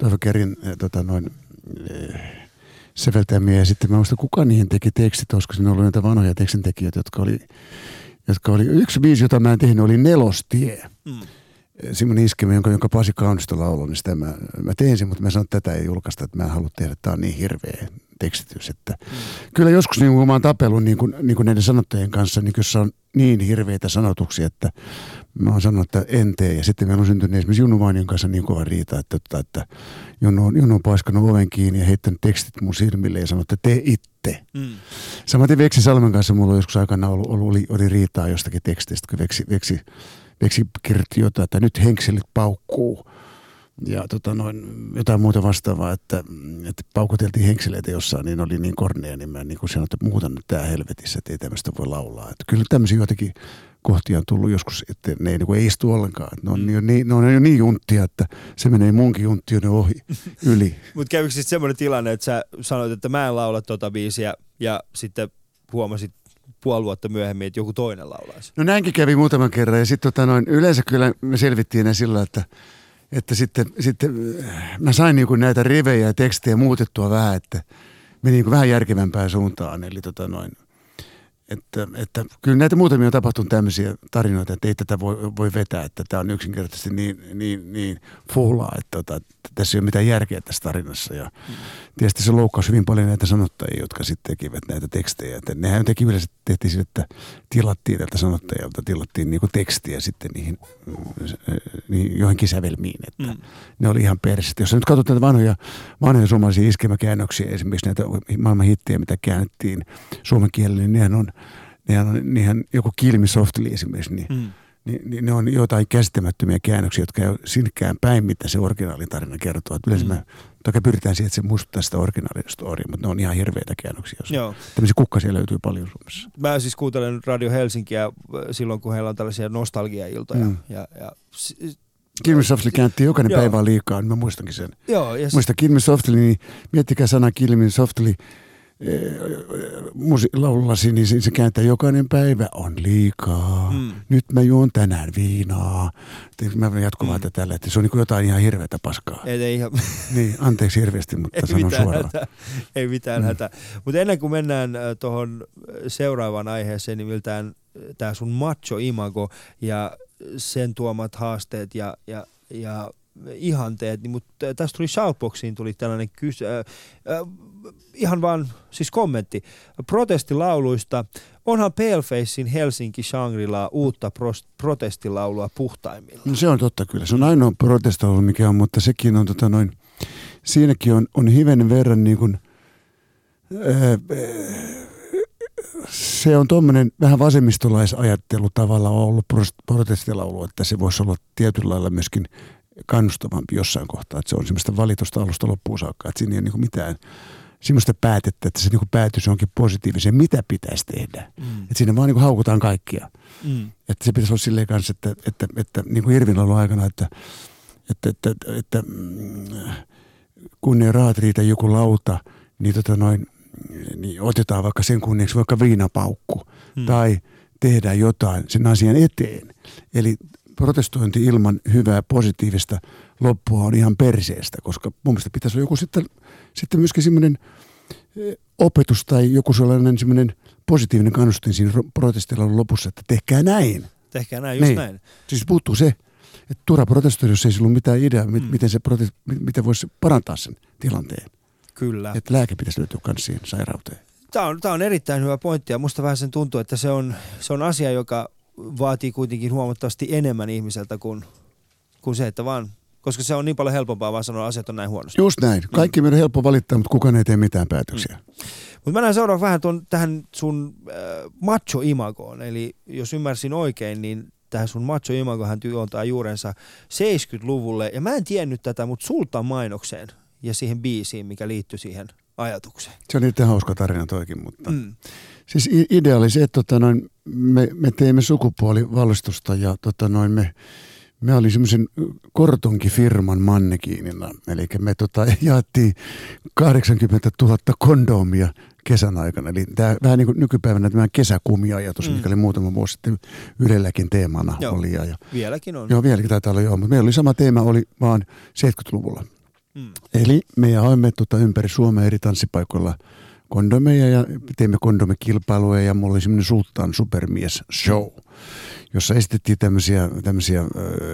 säveltämiä. Ja sitten mä muistan, kuka niihin teki tekstit, olisiko siinä ollut näitä vanhoja tekstintekijöitä, jotka oli yksi biisi, jota mä en tehnyt, oli Nelostie. Semmoinen iskemä, jonka Pasi Kaunisto lauloi, niin sitä mä tein sen, mutta mä sanoin, että tätä ei julkaista, että mä en halua tehdä, tämä on niin hirveä tekstitys. Että kyllä joskus, niin kun mä oon tapellut niin kuin näiden sanottajien kanssa, niin kyllä se on niin hirveitä sanotuksia, että mä oon sanonut, että en tee. Ja sitten meillä on syntynyt esimerkiksi Junnu Vainion kanssa niin kova riita, että Junnu on paiskannut oven kiinni ja heittänyt tekstit mun silmille ja sanonut, että tee itse. Samaten Veksi Salmen kanssa mulla on joskus aikana oli riitaa jostakin tekstistä, kun Veksi kirjoitti jotain, että nyt henkselit paukkuu ja jotain muuta vastaavaa, että paukuteltiin henkseleitä jossain, niin oli niin kornea, niin mä niin sanoin, että muutan nyt tää helvetissä, että ei tämmöistä voi laulaa. Että kyllä tämmöisiä joitakin kohtia on tullut joskus, että ne ei istu ollenkaan. Että ne on jo niin junttia, että se menee munkin junttioiden yli. Mutta kävikö sitten semmoinen tilanne, että sä sanoit, että mä en laula tota biisiä ja sitten huomasit puoli vuotta myöhemmin, että joku toinen laulaisi? No näinkin kävi muutaman kerran ja sitten yleensä kyllä me selvittiin ne sillä, että sitten mä sain niinku näitä rivejä ja tekstejä muutettua vähän, että meni niinku vähän järkevämpään suuntaan. Eli että kyllä näitä muutamia on tapahtunut tämmöisiä tarinoita, että ei tätä voi vetää, että tämä on yksinkertaisesti niin fuhlaa, että tässä ei ole mitään järkeä tässä tarinassa. Ja tietysti se loukkasi hyvin paljon näitä sanottajia, jotka sitten tekivät näitä tekstejä. Että nehän teki yleensä, tehtiin sille, että tilattiin tältä sanottajalta, niinku tekstiä sitten niihin johonkin sävelmiin. Että ne oli ihan persit. Jos sä nyt katsot näitä vanhoja suomalaisia iskelmäkäännöksiä, esimerkiksi näitä maailman hittejä, mitä käännettiin suomen kielellä, niin nehän joku Kill Me Softly esimerkiksi, niin ne on jotain käsittämättömiä käännöksiä, jotka ei ole sinnekään päin, mitä se originaalintarina kertoo. Että yleensä toki pyritään siihen, että se muistuttaa sitä originaalista, mutta ne on ihan hirveitä käännöksiä. Tämmöisiä kukkasia löytyy paljon Suomessa. Mä siis kuuntelen Radio Helsinkiä silloin, kun heillä on tällaisia nostalgia-iltoja. Kill Me Softly kääntiin jokainen päivä liikaa, niin mä muistankin sen. Muista Kill Me Softly, niin miettikää sana Kill Me Softly laulullasi, niin se kääntää jokainen päivä on liikaa. Nyt mä juon tänään viinaa. Mä jatkuvaan tällä, että se on niin kuin jotain ihan hirveätä paskaa. Ei ihan. Niin, anteeksi hirveästi, mutta sanon suoraan. Ei mitään hätää. Mutta ennen kuin mennään tuohon seuraavaan aiheeseen, niin miltään tämä sun macho-imago ja sen tuomat haasteet ja ihanteet, niin, mutta tästä tuli Shoutboxiin tuli tällainen ihan vaan siis kommentti protestilauluista. Onhan Palefacein Helsinki Shangri-La uutta protestilaulua puhtaimmilla? No se on totta kyllä. Se on ainoa protestilaulu mikä on, mutta sekin on siinäkin on hivenen verran niin kuin se on tuommoinen vähän vasemmistolaisajattelu tavallaan ollut protestilaulu, että se voisi olla tietyllä lailla myöskin kannustavampi jossain kohtaa, että se on semmoista valitusta alusta loppuun saakka, että siinä ei ole niin mitään semmoista päätettä, että se niin kuin päätös onkin positiivisen, mitä pitäisi tehdä. Että siinä vaan niin kuin haukutaan kaikkia. Että se pitäisi olla silleen kanssa, että niin kuin Irvin-laulun aikana, että kun ne rahat riitä joku lauta, niin, niin otetaan vaikka sen kunniaksi vaikka viinapaukku tai tehdään jotain sen asian eteen. Eli protestointi ilman hyvää positiivista loppua on ihan perseestä, koska mun mielestä pitäisi olla joku sitten myöskin semmoinen opetus tai joku sellainen semmoinen positiivinen kannustin siinä protestilla lopussa, että tehkää näin. Tehkää näin, just näin. Siis puuttuu se, että turha protestoida, jos ei sillä ole mitään ideaa, miten voisi parantaa sen tilanteen. Kyllä. Että lääke pitäisi löytyä myös siihen sairauteen. Tämä on erittäin hyvä pointti ja musta vähän sen tuntuu, että se on asia, joka vaatii kuitenkin huomattavasti enemmän ihmiseltä kuin se, että vaan, koska se on niin paljon helpompaa vaan sanoa, että asiat on näin huonosti. Just näin. Kaikki meidän on helppo valittaa, mutta kukaan ei tee mitään päätöksiä. Mutta mä näen seuraavan vähän tähän sun macho-imagoon. Eli jos ymmärsin oikein, niin tähän sun macho-imagohan juontaa juurensa 70-luvulle. Ja mä en tiennyt tätä, mutta Sultan mainokseen ja siihen biisiin, mikä liittyy siihen ajatukseen. Se on niiden hauska tarina toikin, mutta siis idea oli se, että me teimme sukupuolivalistusta ja me oli semmoisen kortonkifirman mannekiinina. Eli me jaettiin 80 000 kondomia kesän aikana. Eli tämä vähän niin kuin nykypäivänä tämä kesäkumiajatus, mikä oli muutama vuosi sitten Ylelläkin teemana. Joo, oli. Vieläkin on. Joo, vieläkin taitaa olla mutta meillä oli sama teema, oli vaan 70-luvulla. Eli me jaoimme ympäri Suomea eri tanssipaikoilla kondomeja ja teimme kondomikilpailuja ja mulla oli semmoinen Sultan supermies show, jossa esitettiin tämmöisiä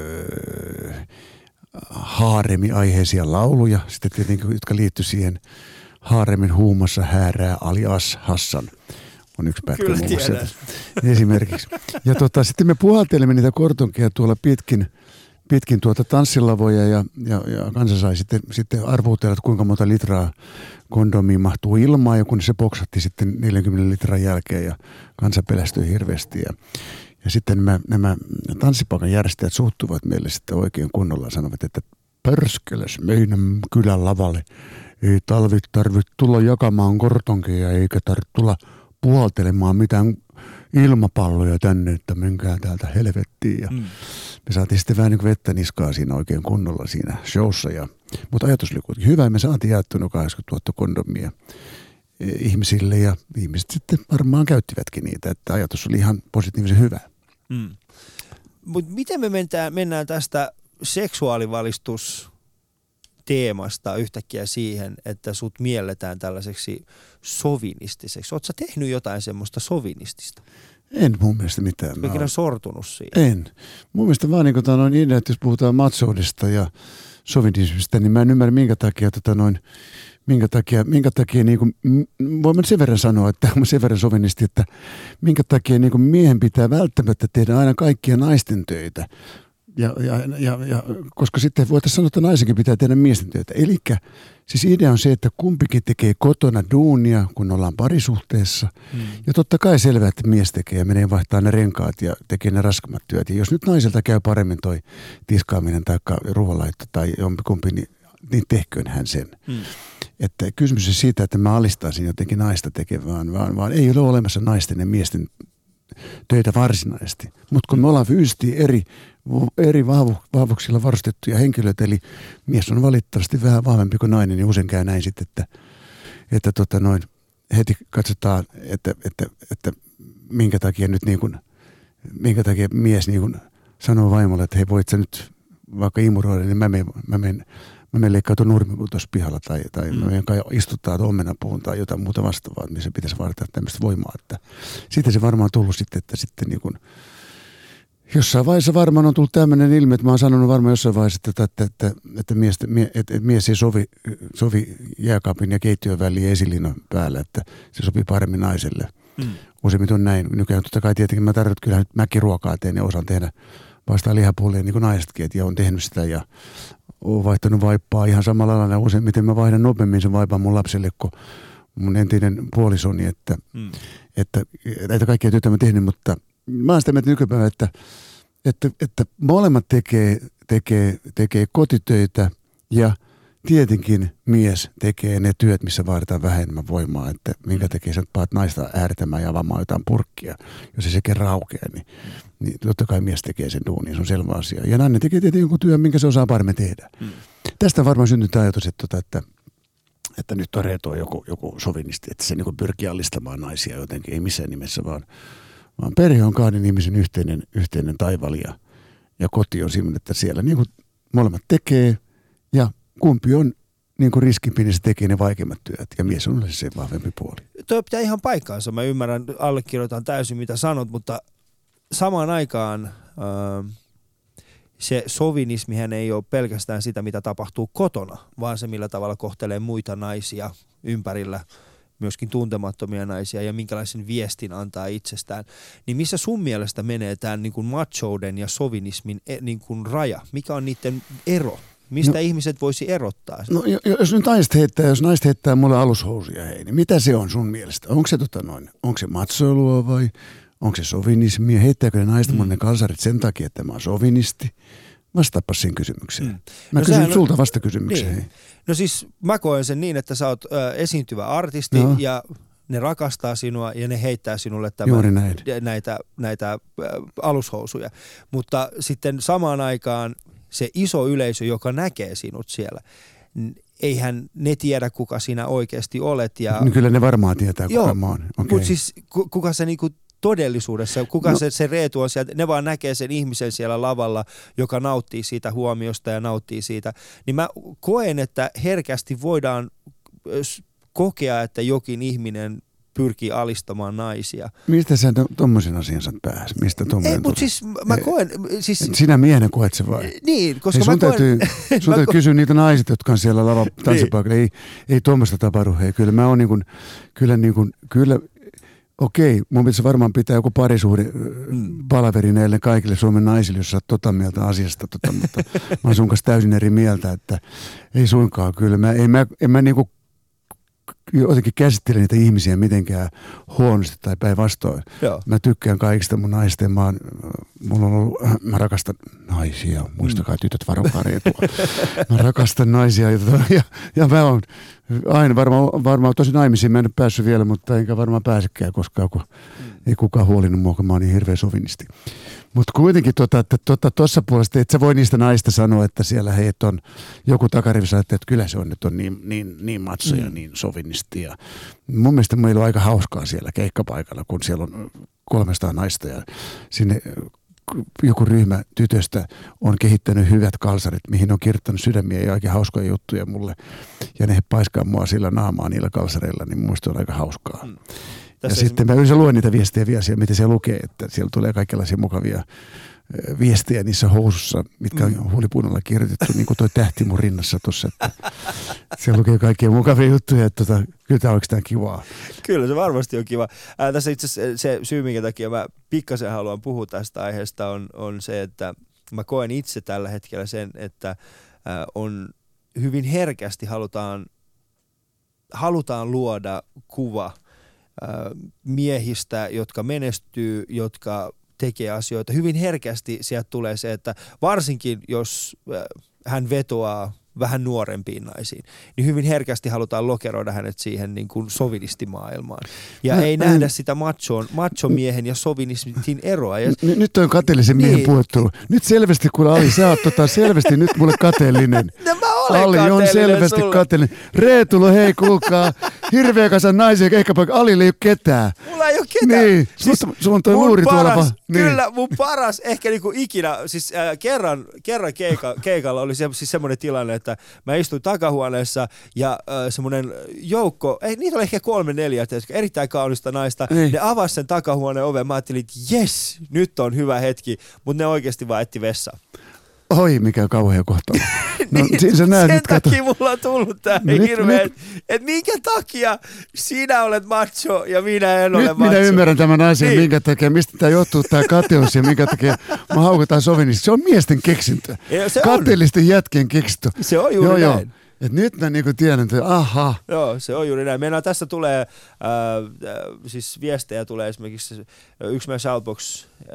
haaremi-aiheisia lauluja, sitten tietenkin, jotka liittyi siihen haaremin huumassa häärää alias Hassan. On yksi pätkä muun muassa esimerkiksi. Ja sitten me puhaltelimme niitä kortonkeja tuolla pitkin tanssilavoja ja kansa sai sitten arvuutella, että kuinka monta litraa kondomiin mahtuu ilmaa ja kun se poksatti sitten 40 litran jälkeen ja kansa pelästyi hirveästi ja sitten nämä tanssipaikan järjestäjät suuttuvat meille sitten oikein kunnolla ja sanovat, että pörskeles meidän kylän lavalle. Ei tarvitse tulla jakamaan kortonkeja eikä tarvitse tulla puhaltelemaan mitään ilmapalloja tänne, että menkää täältä helvettiin. Ja me saatiin sitten vähän niin kuin vettä niskaa siinä oikein kunnolla siinä showssa. Mutta ajatus oli kuitenkin hyvä. Me saatiin jaettua 80 000 kondomia ihmisille ja ihmiset sitten varmaan käyttivätkin niitä. Että ajatus oli ihan positiivisen hyvä. Mutta miten me mennään tästä seksuaalivalistusteemasta yhtäkkiä siihen, että sut mielletään tällaiseksi sovinistiseksi? Ootko sä tehnyt jotain semmoista sovinistista? En mun mielestä mitään. Oletko ikinä sortunut siihen? En. Mun mielestä vaan niin idea, että jos puhutaan machoudesta ja sovinismista, niin mä en ymmärrä minkä takia niin kuin, voin sen verran sanoa, että mä sen verran sovinisti, että minkä takia niin kuin miehen pitää välttämättä tehdä aina kaikkia naisten töitä. Ja koska sitten voitaisiin sanoa, että naisenkin pitää tehdä miesten työtä. Elikkä siis idea on se, että kumpikin tekee kotona duunia, kun ollaan parisuhteessa. Ja totta kai selvää, että mies tekee ja menee vaihtaa ne renkaat ja tekee ne raskamat työt. Ja jos nyt naiselta käy paremmin toi tiskaaminen tai ruoanlaitto tai jompikumpi, niin tehköön hän sen. Että kysymys on siitä, että mä alistaisin jotenkin naista tekevään, vaan ei ole olemassa naisten ja miesten töitä varsinaisesti. Mutta kun me ollaan fyysisesti eri vahvuuksilla varustettuja henkilöitä, eli mies on valitettavasti vähän vahvempi kuin nainen, niin usein käy näin sitten, että heti katsotaan, että minkä takia mies niin kuin sanoo vaimolle, että hei, voit sä nyt vaikka imuroida, niin mä menen leikkaa tuon nurmikun tuossa pihalla tai mä menen istuttaa tuon omenapuun tai jotain muuta vastaavaa, missä pitäisi varata tämmöistä voimaa. Että siitä se varmaan tullut sitten, että sitten niin kuin jossain vaiheessa varmaan on tullut tämmöinen ilme, että mä oon sanonut varmaan jossain vaiheessa, että mies ei sovi jääkaapin ja keittiön väliin esiliinan päällä, että se sopii paremmin naiselle. Useimmiten on näin. Nykyään totta kai tietenkin mä tarvitsen, kyllä nyt mäkin ruokaa teen ja osaan tehdä vastaan lihapuoleen niin kuin naisetkin, ja on tehnyt sitä ja olen vaihtanut vaippaa ihan samalla lailla. Useimmiten mä vaihdan nopeammin sen vaipaan mun lapselle kuin mun entinen puolisoni, että näitä kaikkia työtä mä tehnyt, mutta mä oon sitä mieltä nykypäivänä, että molemmat tekee kotitöitä ja tietenkin mies tekee ne työt, missä vaaditaan vähemmän voimaa, että minkä tekee sen paat naista ääritämään ja avaamaan jotain purkkia. Jos ei se kerran raukea, niin totta kai mies tekee sen duunin, se on selvä asia. Ja nainen tekee tietenkin jonkun työn, minkä se osaa paremmin tehdä. Tästä varmaan syntyy ajatus, että nyt on reetoa joku sovinisti, että se niin pyrkii alistamaan naisia jotenkin, ei missään nimessä, vaan perhe on kahden ihmisen yhteinen taival ja koti on siinä, että siellä niin kuin molemmat tekee ja kumpi on niin kuin riskimpi, niin se tekee ne vaikeimmat työt ja mies on se vahvempi puoli. Tuo pitää ihan paikkaansa. Mä ymmärrän, allekirjoitan täysin mitä sanot, mutta samaan aikaan se sovinismihän ei ole pelkästään sitä, mitä tapahtuu kotona, vaan se, millä tavalla kohtelee muita naisia ympärillä, myöskin tuntemattomia naisia ja minkälaisen viestin antaa itsestään. Niin missä sun mielestä menee tämän niin kuin machouden ja sovinismin niin kuin raja? Mikä on niiden ero? Mistä ihmiset voisi erottaa? No jos naiset heittää mulle alushousuja, hei, niin mitä se on sun mielestä? Onko se machoilua vai onko se sovinismia? Heittääkö ne naiset mulle ne kalsarit sen takia, että mä oon sovinisti? Vastaappa siihen kysymykseen. Mä kysyn sulta vastakysymykseen. Niin. No siis mä koen sen niin, että sä oot esiintyvä artisti ja ne rakastaa sinua ja ne heittää sinulle näitä alushousuja. Mutta sitten samaan aikaan se iso yleisö, joka näkee sinut siellä, eihän ne tiedä, kuka sinä oikeasti olet. Ja no kyllä ne varmaan tietää, kuka mä oon. Okay. Mutta siis kuka se niinku todellisuudessa, kuka se Reetu on sieltä, ne vaan näkee sen ihmisen siellä lavalla, joka nauttii siitä huomiosta ja nauttii siitä. Niin mä koen, että herkästi voidaan kokea, että jokin ihminen pyrkii alistamaan naisia. Mistä sä tommoisen asian sä pääs? Mistä tommoinen ei, mutta siis mä koen... Siis, sinä miehenä koet se vai? Niin, koska sun täytyy kysyä niitä naiset, jotka on siellä tanssipaikalla. Ei tuommoista tapahdu. Hei, kyllä mä oon kyllä okei, mun pitäisi varmaan pitää joku parisuhde palaveri näille kaikille Suomen naisille, jos sä oot tota mieltä asiasta, mutta mä oon sun kanssa täysin eri mieltä, että ei suinkaan kyllä. En mä niinku jotenkin käsittele niitä ihmisiä mitenkään huonosti tai päinvastoin. Mä tykkään kaikista mun naista ja mä rakastan naisia. Muistakaa tytöt, varokaa Reetua. Mä rakastan naisia ja mä oon aina varmaan tosi naimisiin. Mä en ole päässyt vielä, mutta enkä varmaan pääsekään koskaan, kun ei kukaan huolinnut mua, kun mä oon niin hirveä sovinisti. Mutta kuitenkin tuossa puolesta, että sä voi niistä naista sanoa, että siellä heitä on joku takarivissä, että kyllä se on nyt on niin matso ja niin sovinisti. Ja mun mielestä meillä on aika hauskaa siellä keikkapaikalla, kun siellä on 300 naista ja sinne joku ryhmä tytöstä on kehittänyt hyvät kalsarit, mihin on kirjoittanut sydämiä ja aika hauskoja juttuja mulle. Ja ne paiskaa mua sillä naamaa niillä kalsareilla, niin mun mielestä on aika hauskaa. Ja sitten mä yleensä luen niitä viestejä vielä siellä, mitä se lukee, että siellä tulee kaikenlaisia mukavia viestejä niissä housussa, mitkä on huulipuunalla kirjoitettu, niin kuin toi tähti mun rinnassa tuossa, että siellä lukee kaikkia mukavia juttuja, että kyllä tämä on oikeastaan kivaa. Kyllä se varmasti on kiva. Tässä itse asiassa se syy, minkä takia mä pikkasen haluan puhua tästä aiheesta, on se, että mä koen itse tällä hetkellä sen, että on hyvin herkästi halutaan luoda kuva miehistä, jotka menestyy, jotka tekee asioita. Hyvin herkästi sieltä tulee se, että varsinkin jos hän vetoaa vähän nuorempiin naisiin, niin hyvin herkästi halutaan lokeroida hänet siihen niin kuin sovinistimaailmaan. Ja ei nähdä sitä machomiehen ja sovinistin eroa. Ja nyt on kateellisen miehen puhuttelu. Nyt selvästi, kun Ali, sä oot selvästi nyt mulle kateellinen. Ali on selvästi kateellinen. Reetulo, hei kuulkaa, hirveä kasa naisia keikkapaikka. Alilla ei ole ketään. Mulla ei ole ketään. Niin, siis sulla on toi luuri tuolla. Niin. Kyllä, mun paras ehkä niinku ikinä, siis kerran keikalla oli siis semmoinen tilanne, että mä istuin takahuoneessa ja semmoinen joukko, niitä oli ehkä 3-4, erittäin kaunista naista, ne avasi sen takahuoneen oven, mä ajattelin, että jes, nyt on hyvä hetki, mutta ne oikeasti vaan etti vessa. Oi, mikä kauhea kohtalo. No, niin, sen takia mulla on tullut tää hirveä, että minkä takia sinä olet macho ja minä en ole macho. Nyt minä ymmärrän tämän asian, minkä takia, mistä tämä johtuu tämä kateus ja minkä takia mä haukutaan sovinista. Se on miesten keksintö. Kateellisten jätkien keksintö. Se on juuri näin. Et nyt mä niinku tiedän, että aha. Joo, se on juuri näin. Meillä tässä tulee, siis viestejä tulee esimerkiksi yksi meidän Shoutbox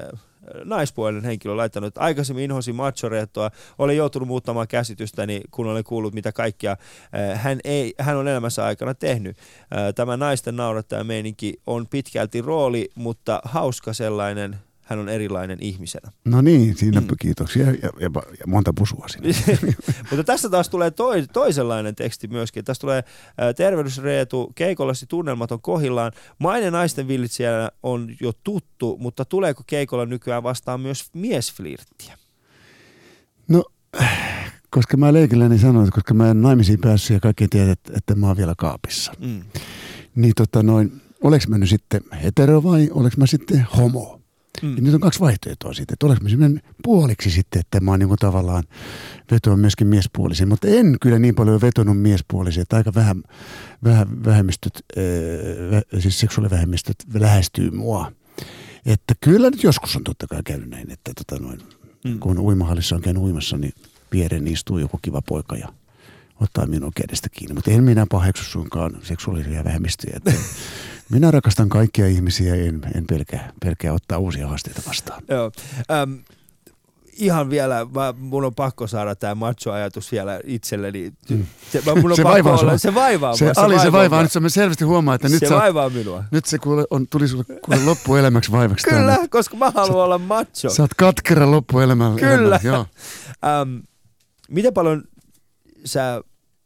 naispuolinen henkilö laittanut, että aikaisemmin inhosin machoreettoa, olen joutunut muuttamaan käsitystäni, kun olen kuullut mitä kaikkea hän on elämänsä aikana tehnyt. Tämä naisten naurattaja meininki on pitkälti rooli, mutta hauska sellainen. Hän on erilainen ihmisenä. No niin, siinä kiitoksia ja monta pusua siinä. Mutta tässä taas tulee toisenlainen teksti myöskin. Tässä tulee tervehdys Reetu, keikollasi tunnelmat on kohillaan. Maine naisten villitsijänä on jo tuttu, mutta tuleeko keikolla nykyään vastaan myös miesflirttiä? No, koska mä leikilläni sanoin, että koska mä en naimisiin päässyt ja kaikki tiedät, että mä oon vielä kaapissa. Niin oleks mä nyt sitten hetero vai oleks mä sitten homo? Ja nyt on 2 vaihtoehtoa siitä, että oleks mä semmoinen puoliksi sitten, että mä oon niin kuin tavallaan vetoan myöskin miespuolisiin, mutta en kyllä niin paljon vetonut miespuolisiin, että aika vähän vähemmistöt, siis seksuaalivähemmistöt lähestyy mua. Että kyllä nyt joskus on totta kai käynyt näin, että kun uimahallissa on käynyt uimassa, niin viereen istuu joku kiva poika ja ottaa minun kädestä kiinni, mutta en minä paheksu suinkaan seksuaalisia vähemmistöjä. Minä rakastan kaikkia ihmisiä, en pelkää ottaa uusia haasteita vastaan. Joo. Ihan vielä, mun on pakko saada tämä macho-ajatus vielä itselleni. Se vaivaa sua. Se vaivaa se vaivaa. Nyt mä selvästi huomaan, että se vaivaa minua. Nyt se tuli sulle loppuelämäksi vaivaksi. Kyllä, koska mä haluan olla macho. Sä oot katkera loppuelämällä. Kyllä. Joo. Miten paljon sä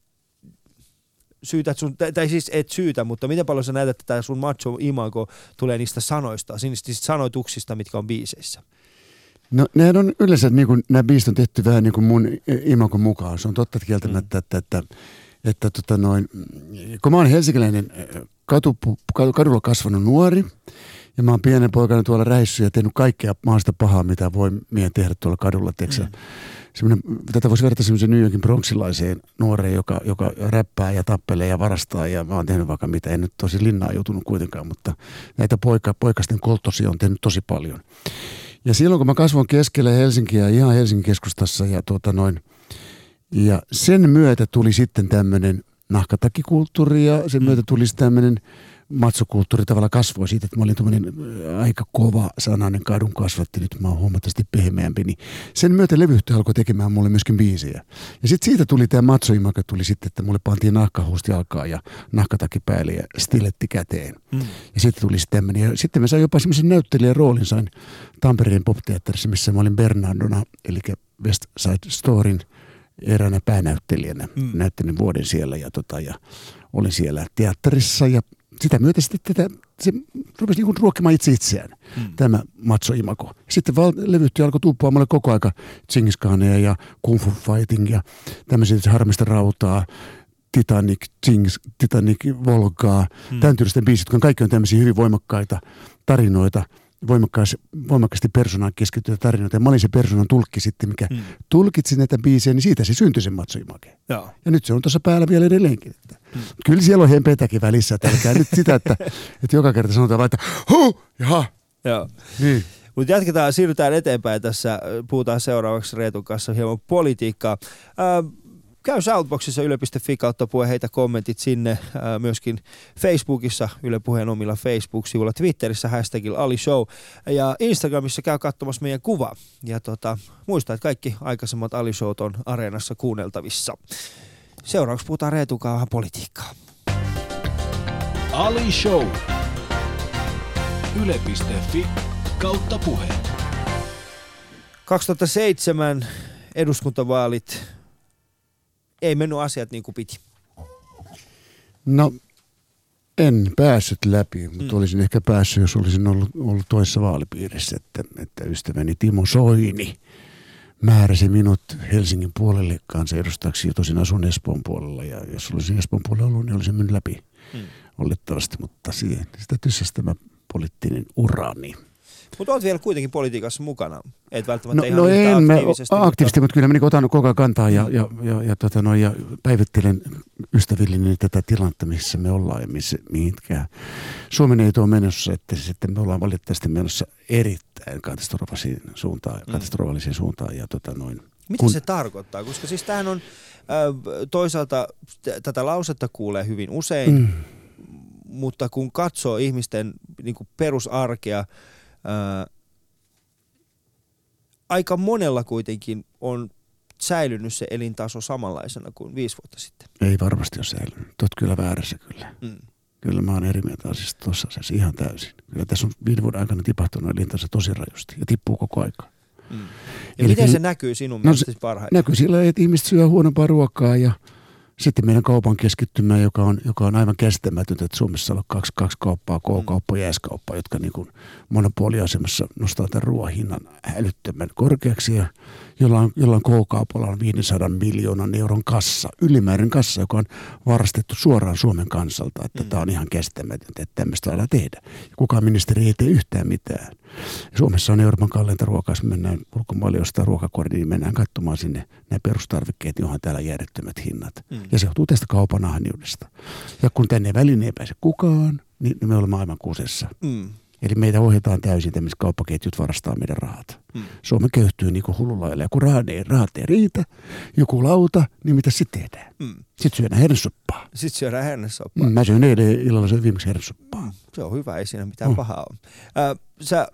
syytät tai siis et syytä, mutta miten paljon sä näet, että tämä sun macho-imago tulee niistä sanoista, niistä sanoituksista, mitkä on biiseissä? No nehän on yleensä, niin kuin nämä biisit on tehty vähän niin kuin mun imagon mukaan. Se on totta kieltämättä, että kun mä oon helsinkiläinen kadulla kasvanut nuori, ja mä oon pienen poikana tuolla räissyt ja tehnyt kaikkea maasta pahaa, mitä voi miehen tehdä tuolla kadulla, tätä voisi verrata semmoisen New Yorkin bronxilaiseen nuoreen, joka räppää ja tappelee ja varastaa ja mä oon tehnyt vaikka mitä. En nyt tosi linnaan joutunut kuitenkaan, mutta näitä poikasten kolttosia on tehnyt tosi paljon. Ja silloin kun mä kasvoin keskellä Helsinkiä, ihan Helsingin keskustassa ja sen myötä tuli sitten tämmöinen nahkatakikulttuuri ja sen myötä tuli sitten tämmöinen matsokulttuuri tavallaan kasvoi siitä, että mä olin tämmöinen aika kova sanainen kadun kasvatti, nyt mä oon huomattavasti pehmeämpi, niin sen myötä levyyhtiö alkoi tekemään mulle myöskin biisejä. Ja sitten siitä tuli tämä matsoimaka tuli sitten, että mulle pantiin nahkahuusti jalkaan ja nahkatakki päälle ja stiletti käteen. Ja sitten tuli sitten tämmöinen. Ja sitten mä sain jopa semmoisen näyttelijän roolin, sain Tampereen Pop-teatterissa, missä mä olin Bernardona, eli West Side Storyn eräänä päänäyttelijänä. Näyttelin vuoden siellä ja olin siellä teatterissa ja sitä myötä sitten se rupesi niinku ruokkimaan itseään, tämä macho-imago. Sitten levyyhtiö alkoi tuuppua mulle koko aika Genghis Khania ja Kung Fu Fighting ja tämmöisiä harmista rautaa, Titanic, Volgaa, tämän tyylisten biisit, kun kaikki on tämmöisiä hyvin voimakkaita tarinoita, voimakkaasti persoonaan keskittyneitä tarinoita. Ja mä olin se persoonan tulkki sitten, mikä tulkitsi näitä biisejä, niin siitä se syntyi se macho-image. Ja nyt se on tuossa päällä vielä edelleenkin. Kyllä siellä on hempetäkin välissä, että älkää nyt sitä, että joka kerta sanotaan vaan, että jaha. Joo. Niin. Mutta siirrytään eteenpäin tässä. Puhutaan seuraavaksi Reetun kanssa hieman politiikkaa. Käy Shoutboxissa yle.fi/puhe, heitä kommentit sinne, myöskin Facebookissa Yle Puheen omilla Facebook-sivuilla, Twitterissä hashtagilla Ali Show ja Instagramissa käy katsomassa meidän kuva. Ja muista, että kaikki aikaisemmat Ali Showt on Areenassa kuunneltavissa. Seuraavaksi puhutaan Reetunkaan vähän politiikkaa. Ali Show. Yle.fi/puhe. 2007 eduskuntavaalit. Ei mennyt asiat niin kuin piti. No, en päässyt läpi, mutta olisin ehkä päässyt, jos olisin ollut toisessa vaalipiirissä, että ystäväni Timo Soini määräsi minut Helsingin puolelle kansanedustajaksi, ja tosin asun Espoon puolella, ja jos olisin Espoon puolella ollut, niin olisin mennyt läpi olettavasti, mutta sitä tyssäsi tämä poliittinen urani. Mutta olet vielä kuitenkin politiikassa mukana, et välttämättä aktiivisesti, mutta kyllä mä otan koko ajan kantaa ja päivittelen ystävilleni tätä tilannetta, missä me ollaan ja mihinkään Suomen ei tuo menossa, että sitten me ollaan valitettavasti menossa erittäin katastrofaaliseen suuntaan. Mitä se tarkoittaa? Koska siis tämähän on toisaalta, tätä lausetta kuulee hyvin usein, mutta kun katsoo ihmisten niin kuin perusarkea, aika monella kuitenkin on säilynyt se elintaso samanlaisena kuin 5 vuotta sitten. Ei varmasti ole säilynyt. Olet kyllä väärässä kyllä. Kyllä mä oon eri mieltä asiasta tuossa asiassa ihan täysin. Kyllä tässä on 5 vuoden aikana tipahtunut elintaso tosi rajusti ja tippuu koko aika. Ja miten se näkyy sinun mielestäsi parhaiten? Näkyy sillä, että ihmiset syö huonompaa ruokaa ja sitten meidän kaupan keskittymä, joka on aivan kestämätöntä, että Suomessa on 2 kauppaa, K-kauppa ja S-kauppa, jotka niin kuin monopoliasemassa nostaa tämän ruoan hinnan älyttömän korkeaksi ja jollain K-kaupalla on 500 miljoonan euron kassa, ylimääräinen kassa, joka on varastettu suoraan Suomen kansalta, että tämä on ihan kestämätöntä, että tämmöistä aletaan tehdä. Ja kukaan ministeri ei tee yhtään mitään. Suomessa on Euroopan kalleinta ruokaa, jos mennään ulkomaille jostain ruokakordiin, niin mennään katsomaan sinne nämä perustarvikkeet, johon täällä järjettömät hinnat. Ja se johtuu tästä kaupan ahniudesta. Ja kun tänne väliin ei pääse kukaan, niin me olemme aivan kusessa. Eli meitä ohjataan täysin, tämmöiset kauppaketjut varastaa meidän rahat. Suomi köyhtyy niin kuin hullulailla. Ja kun rahat ei riitä, joku lauta, niin mitä sitten tehdään? Sitten syödään hernesoppaa. Mä syön eilen illalla viimeksi hernesoppaa. Se on hyvä, ei siinä mitään pahaa ole. Sä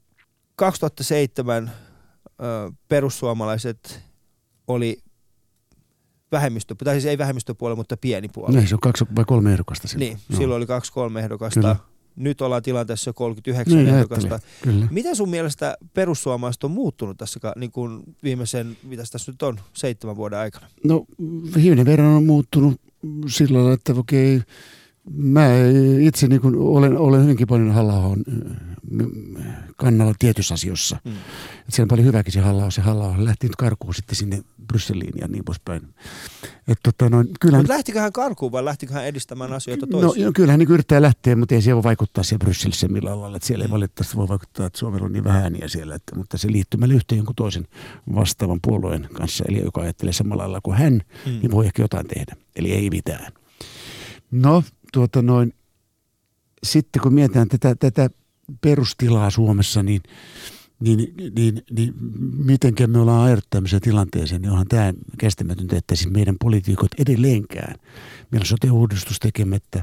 2007 perussuomalaiset oli vähemmistö, tai siis ei vähemmistöpuolue, mutta pieni puolue. Niin, se on 2 vai 3 ehdokasta silloin. Niin, silloin oli 2-3 ehdokasta. Kyllä. Nyt ollaan tilanteessa jo 39 ehdokasta. Miten sun mielestä perussuomalaiset on muuttunut tässä niin kuin viimeisen, mitä tässä nyt on, 7 vuoden aikana? No, hivenen verran on muuttunut sillä lailla, että okei, mä itse niin kuin olen hyvinkin paljon Halla-ahon kannalla tietyissä asioissa. Että siellä on paljon hyvääkin se Halla-aho lähti nyt karkuun sitten sinne Brysseliin ja niin poispäin. Mutta lähtikö hän karkuun vai lähtikö hän edistämään asioita toisiin? No kyllä hän niin yrittää lähteä, mutta ei se voi vaikuttaa siellä Brysselissä millään lailla. Että siellä ei valitettavasti voi vaikuttaa, että Suomella on niin vähän ääniä siellä. Mutta se liittymällä yhteen jonkun toisen vastaavan puolueen kanssa, eli joka ajattelee samalla lailla kuin hän, niin voi ehkä jotain tehdä. Eli ei mitään. No, sitten kun mietitään tätä perustilaa Suomessa, niin mitenkä me ollaan ajauduttu tämmöiseen tilanteeseen, niin onhan tämä kestämätöntä, että siis meidän poliitikot edelleenkään. Meillä on sote-uudistus tekemättä,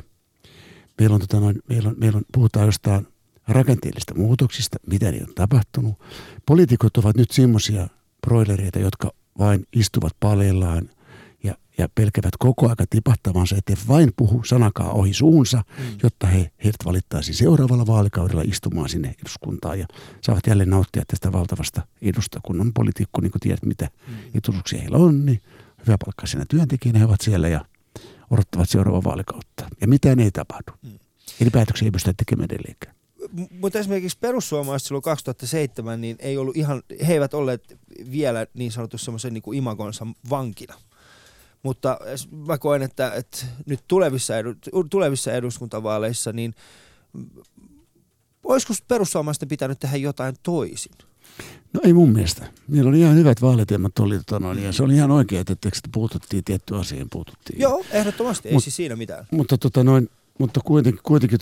meillä on puhutaan jostain rakenteellisista muutoksista, mitä niitä on tapahtunut. Poliitikot ovat nyt semmoisia broilereita, jotka vain istuvat paleillaan ja pelkävät koko aika tipahtavansa, ettei vain puhu sanakaan ohi suunsa, jotta heidät valittaisiin seuraavalla vaalikaudella istumaan sinne eduskuntaan ja saavat jälleen nauttia tästä valtavasta edusta, kun on poliitikko, niin kun tiedät mitä etuisuuksia heillä on, niin hyväpalkkaisena työntekijänä he ovat siellä ja odottavat seuraavaa vaalikautta. Ja mitään ei tapahdu. Eli päätöksiä ei pystytä tekemään edelleenkään. Mutta esimerkiksi perussuomalaiset silloin 2007, niin he eivät olleet vielä niin sanotusti semmoisen niin kuin imagonsa vankina. Mutta mä koen, että nyt tulevissa eduskuntavaaleissa, niin olisiko perussuomalaisten pitänyt tehdä jotain toisin? No ei mun mielestä. Meillä oli ihan hyvät vaaliteemat ja se oli ihan oikein, että puututtiin tiettyyn asiaan. Joo, ehdottomasti, ei siis siinä mitään. Mutta kuitenkin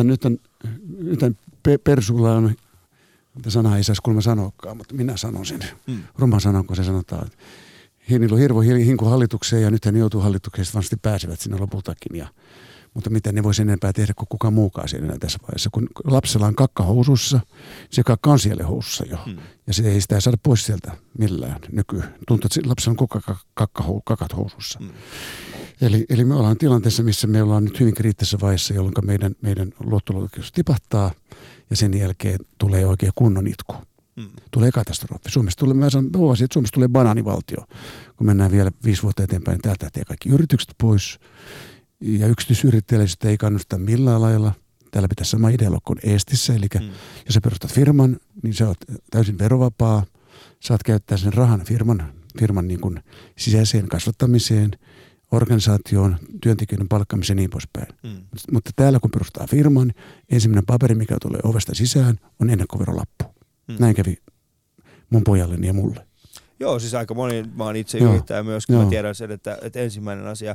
nyt Persulla on, mitä sanaa ei saisi kuulemma sanoakaan, mutta minä sanon sen. Roma sanon, kun se sanotaan, että niillä on hirvo hinku hallitukseen ja nythän ne joutuu hallitukseen, varmasti pääsevät sinne lopultakin. Mutta mitä ne voisi enempää tehdä kuin kukaan muukaan siellä tässä vaiheessa. Kun lapsella on kakka housussa, se kakka on siellä housussa jo. Ja se ei sitä saada pois sieltä millään nykyään. Tuntuu, että lapsella on koko kakat housussa. Eli me ollaan tilanteessa, missä me ollaan nyt hyvin kriittisessä vaiheessa, jolloin meidän luottoluokitus tipahtaa ja sen jälkeen tulee oikein kunnon itku. Tulee katastrofi. Suomessa tulee banaanivaltio. Kun mennään vielä 5 vuotta eteenpäin, niin täältä lähtee kaikki yritykset pois. Ja yksityisyrittäjällisyyttä ei kannusta millään lailla. Täällä pitäisi sama idea olla kuin Eestissä. Eli jos sä perustat firman, niin sä oot täysin verovapaa. Saat käyttää sen rahan firman niin kuin sisäiseen kasvattamiseen, organisaatioon, työntekijöiden palkkaamiseen ja niin poispäin. Mutta täällä kun perustaa firman, ensimmäinen paperi, mikä tulee ovesta sisään, on ennakkoverolappu. Näin kävi mun pojalleni ja mulle. Joo, siis aika moni, mä oon itse yrittäjä myös, kun mä tiedän sen, että ensimmäinen asia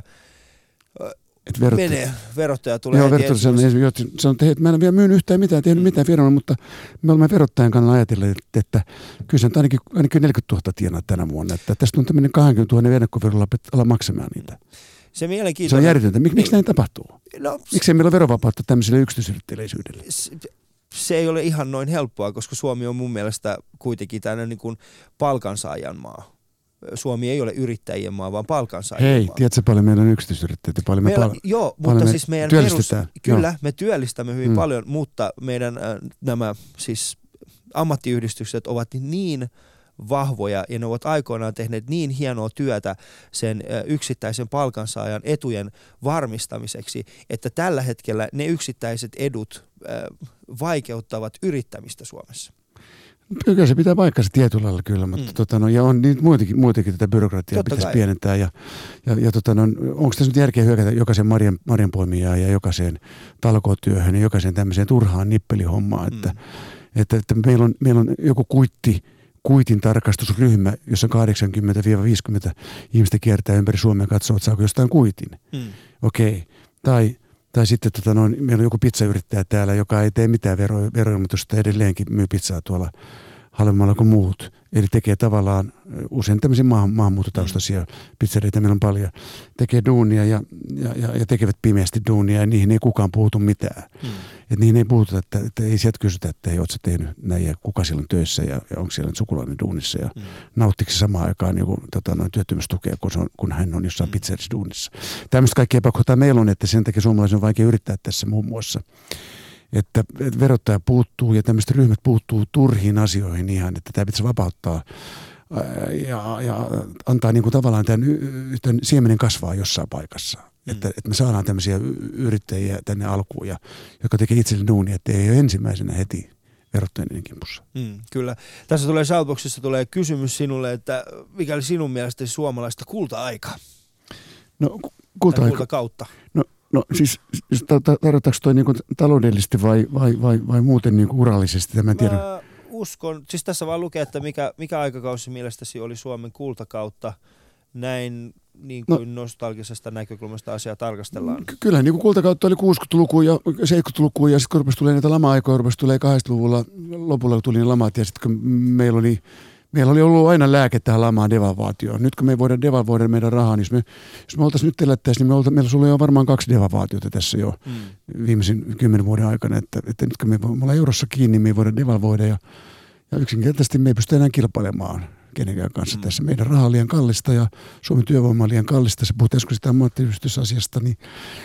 menee, verottaja tulee heti ensimmäisenä. Sanoin, että mä en vielä myynyt yhtään mitään, tehnyt mitään firmaa, mutta me olemme verottajan kannalla ajatelleet, että kyllä se on ainakin 40 000 tienaa tänä vuonna, että tästä on tämmöinen 20 000 ennakkoverolla ala maksamaan niitä. Se on järjetöntä. Miksi näin tapahtuu? No, miksi ei meillä ole verovapautta tämmöiselle yksityisyydellisyydelle? se ei ole ihan noin helppoa, koska Suomi on mun mielestä kuitenkin tämmöinen niin kuin palkansaajan maa. Suomi ei ole yrittäjien maa, vaan palkansaajien maa. Hei, tiedätkö paljon meillä on yksityisyrittäjät? Mutta siis meidän kyllä, me työllistämme hyvin paljon, mutta meidän nämä siis ammattiyhdistykset ovat niin vahvoja ja ne ovat aikoinaan tehneet niin hienoa työtä sen yksittäisen palkansaajan etujen varmistamiseksi, että tällä hetkellä ne yksittäiset edut vaikeuttavat yrittämistä Suomessa. Kyllä se pitää paikkansa tietyllä lailla kyllä, mutta ja on niin muutenkin tätä byrokratiaa pitäisi pienentää ja onko tässä nyt järkeä hyökätä jokaisen marjanpoimijaan ja jokaiseen talkootyöhön ja jokaiseen tämmöiseen turhaan nippelihommaan, että meillä on joku kuitin tarkastusryhmä, jossa 80-50 ihmistä kiertää ympäri Suomea ja katsoo, että saako jostain kuitin. Okei. Tai sitten meillä on joku pizzayrittäjä täällä, joka ei tee mitään veroilmoitusta, edelleenkin myy pizzaa tuolla halvemmalla kuin muut. Eli tekee tavallaan usein tämmöisiä maahanmuuttotaustaisia pizzereita, meillä on paljon, tekee duunia ja tekevät pimeästi duunia ja niihin ei kukaan puutu mitään. Että niihin ei puututa, että ei sieltä kysytä, että ei, ootko sä tehnyt näin ja kuka siellä on töissä ja onko siellä sukulainen duunissa ja nauttiko se samaan aikaan niin työttömyystukea, kun hän on jossain pizzerissa duunissa. Tämmöistä kaikkea epäkohtaa meillä on, että sen takia suomalaisen on vaikea yrittää tässä muun muassa. Että verottaja puuttuu ja tämmöiset ryhmät puuttuu turhiin asioihin ihan, että tämä pitäisi vapauttaa ja antaa niin kuin tavallaan tämän siemenen kasvaa jossain paikassa. Että me saadaan tämmöisiä yrittäjiä tänne alkuun, jotka tekee itselle duunia, että ei ole ensimmäisenä heti verottajien kimpussa. Kyllä. Tässä tulee Shoutboxissa tulee kysymys sinulle, että mikä oli sinun mielestäsi suomalaista kulta-aikaa? No kulta-kautta. No siis tarkoittaako toi niinku taloudellisesti vai muuten niinku urallisesti, tämän tiedon? Mä uskon, siis tässä vaan lukee, että mikä aikakausi mielestäsi oli Suomen kultakautta, näin niin kuin nostalgisesta näkökulmasta asiaa tarkastellaan. Kyllä, niin kuin kultakautta oli 60-luku ja 70-luku ja sitten kun rupesi tulee näitä lama-aikoja, rupesi tulee 80-luvulla, lopulla tuli ne lamat ja sitten kun meillä oli ollut aina lääke tähän lamaan devalvaatioon. Nyt kun me ei voida devalvoida meidän rahaa, niin jos me oltaisiin nyt elättäisiin, niin meillä olisi ollut jo varmaan 2 devalvaatiota tässä jo viimeisen 10 vuoden aikana. Että nyt kun me ollaan eurossa kiinni, me ei voida devalvoida ja yksinkertaisesti me ei pysty enää kilpailemaan kenenkään kanssa tässä. Meidän raha on liian kallista ja Suomen työvoima on liian kallista. Se puhutaan äsken sitä ammattiyhdistysasiasta, niin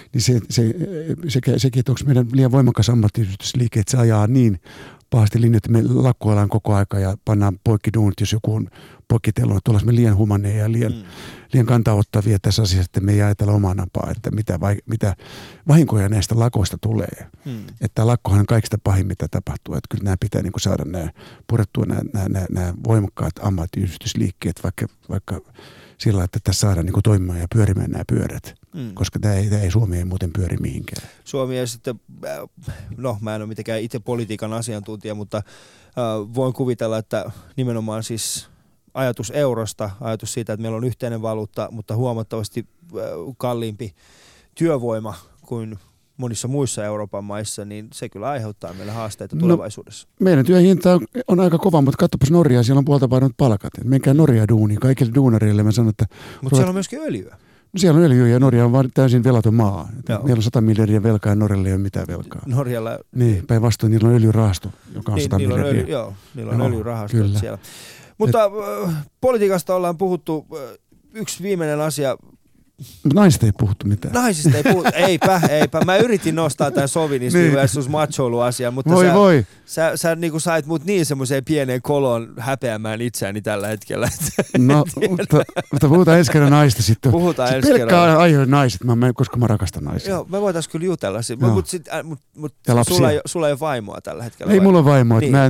sekin, että onko meidän liian voimakas ammattiyhdistysliike, että se ajaa niin pahasti linjat, että me lakkoillaan koko aika ja pannaan poikkiduunit, jos joku on poikkitellut, että ollaan me liian humaneja ja liian kantauttavia tässä asiassa, että me ei ajatella omaa napaa, että mitä vahinkoja näistä lakoista tulee. Että lakkohan on kaikista pahin, mitä tapahtuu. Että kyllä nämä pitää niin kuin saada purettua nämä voimakkaat ammattiyhdistysliikkeet, vaikka sillä, että tässä saadaan niin kuin toimimaan ja pyörimään nämä pyörät. Koska Suomi ei muuten pyöri mihinkään. Suomi ei sitten, mä en ole mitenkään itse politiikan asiantuntija, mutta voin kuvitella, että nimenomaan siis ajatus eurosta, ajatus siitä, että meillä on yhteinen valuutta, mutta huomattavasti kalliimpi työvoima kuin monissa muissa Euroopan maissa, niin se kyllä aiheuttaa meille haasteita tulevaisuudessa. Meidän työhinta on aika kova, mutta katsopas Norjaa, siellä on puolta painot palkat. Menkää Norjaa duuniin, kaikille duunareille mä sanon, että... Mutta siellä on myöskin öljyä. No siellä on öljyä ja Norja on vaan täysin velaton maa. Meillä on 100 miljardia velkaa ja Norjalla ei ole mitään velkaa. Norjalla... Niin, päinvastoin niillä on öljyrahasto, joka on 100 miljardia. Niillä on öljyrahasto siellä. Mutta politiikasta ollaan puhuttu. Yksi viimeinen asia. Mutta naisista ei puhuttu mitään. Naisista ei puhuttu. Eipä. Mä yritin nostaa tämän sovinismi versus machoilu-asian, mutta sä niin kuin sait mut niin semmoiseen pieneen koloon häpeämään itseäni tällä hetkellä. No, mutta puhutaan ensi kerran naista sitten. Puhutaan ensi kerran. Pelkkää aihe naiset, koska mä rakastan naisia. Joo, me voitais kyllä jutella siitä. Mutta sulla ei ole vaimoa tällä hetkellä. Ei mulla ole vaimoa. Niin,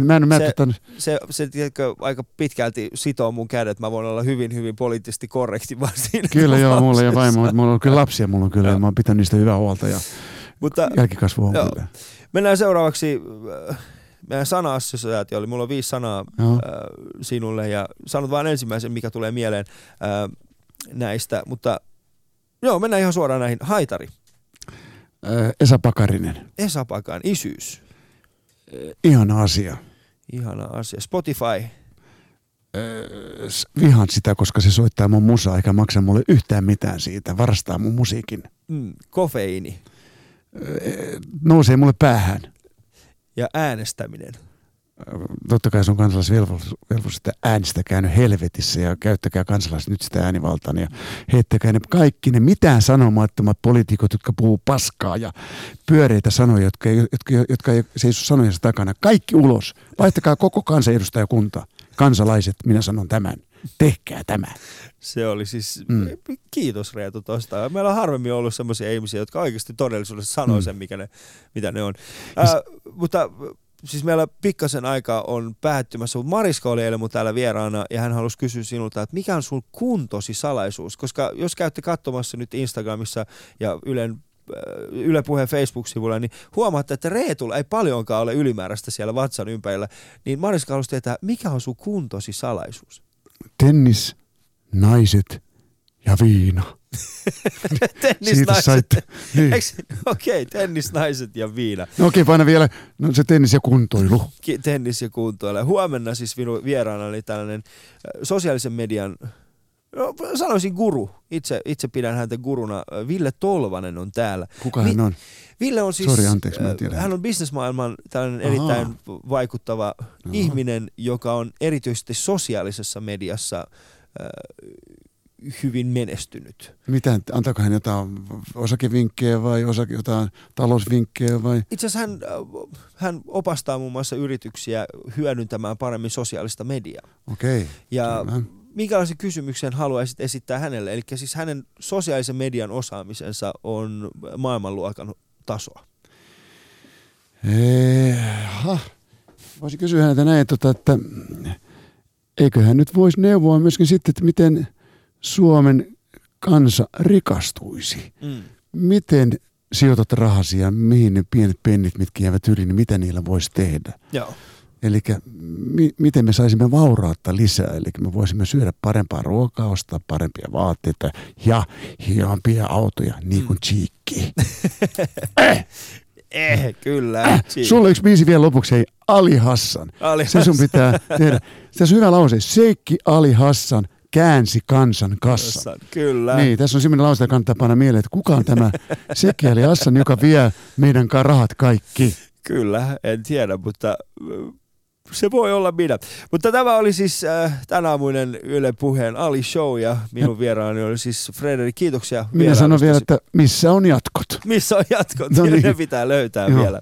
se aika pitkälti sitoo mun kädet. Mä voin olla hyvin, hyvin poliittisesti korrekti vaan siinä. Kyllä joo, mulla ei ole vaimoa. Mulla on kyllä lapsia, ja mä oon pitänyt niistä hyvää huolta ja jälkikasvu on kyllä. Mennään seuraavaksi meidän sana-assosiaatio. Mulla on 5 sanaa sinulle ja sanot vain ensimmäisen, mikä tulee mieleen näistä. Mutta mennään ihan suoraan näihin. Haitari. Esa Pakarinen. Esa Pakarinen. Isyys. Ihana asia. Spotify. Vihaan sitä, koska se soittaa mun musaa eikä maksa mulle yhtään mitään siitä. Varastaa mun musiikin. Kofeiini. Nousee mulle päähän. ja äänestäminen. Totta kai se on kansalaisvelvollisuus, että äänestäkää nyt helvetissä ja käyttäkää kansalaiset nyt sitä äänivaltaa ja heittäkää ne kaikki ne mitään sanomattomat poliitikot, jotka puhuu paskaa ja pyöreitä sanoja, jotka ei seiso sanojensa takana. Kaikki ulos. Vaihtakaa koko kansanedustajakunta. Kansalaiset, minä sanon tämän. Tehkää tämä. Se oli siis, kiitos Reetu tosta. Meillä on harvemmin ollut sellaisia ihmisiä, jotka oikeasti todellisuudessa sanoo sen, mitä ne on. Mutta siis meillä pikkasen aikaa on päättymässä, mutta Mariska oli eilen mun täällä vieraana ja hän halusi kysyä sinulta, että mikä on sun kuntosi salaisuus? Koska jos käytte katsomassa nyt Instagramissa ja Yle Puheen Facebook-sivulla, niin huomaatte, että Reetulla ei paljonkaan ole ylimääräistä siellä vatsan ympärillä. Niin Mariska halusi tietää, mikä on sun kuntosi salaisuus? Tennis, naiset ja viina. Tennisnaiset. Niin. Okei, tennisnaiset ja viina. No okei, paina vielä. No se tennis ja kuntoilu. Tennis ja kuntoilu. Huomenna siis minun vieraana oli tällainen sosiaalisen median, no, sanoisin guru. Itse pidän häntä guruna. Ville Tolvanen on täällä. Kuka hän on? Ville on siis, Sori, anteeksi, mä en tiedä. Hän on bisnesmaailman tällainen erittäin vaikuttava ihminen, joka on erityisesti sosiaalisessa mediassa hyvin menestynyt. Mitä, antaako hän jotain osakevinkkejä vai jotain talousvinkkejä vai? Itse asiassa hän opastaa muun muassa yrityksiä hyödyntämään paremmin sosiaalista mediaa. Okei. Ja minkälaisen kysymyksen haluaisit esittää hänelle? Eli siis hänen sosiaalisen median osaamisensa on maailmanluokan tasoa. Voisin kysyä häneltä näin, että eiköhän nyt voisi neuvoa myöskin sitten, että miten Suomen kansa rikastuisi. Miten sijoitat rahasi ja mihin ne pienet pennit, mitkä jäävät yli, niin mitä niillä voisi tehdä? Joo. Eli miten me saisimme vaurautta lisää, eli me voisimme syödä parempaa ruokaa, ostaa parempia vaatteita ja hierompia autoja, niin kuin Cheekki. Kyllä. Sulla on yksi biisi vielä lopuksi, hei, Ali Hassan. Se sun pitää tehdä. Tässä on hyvä lause, Sheikki Ali Hassan käänsi kansan kassan. Kyllä. Niin, tässä on semmoinen lause, joka kannattaa panna mieleen, että kuka on tämä Sheikki Ali Hassan, joka vie meidän rahat kaikki. Kyllä, en tiedä, mutta se voi olla minä. Mutta tämä oli siis tänäaamuinen Yle Puheen Ali Show ja minun vieraani oli siis Frederik. Kiitoksia. Minä sanon vielä, että missä on jatkot? Missä on jatkot? No niin. Ne pitää löytää vielä.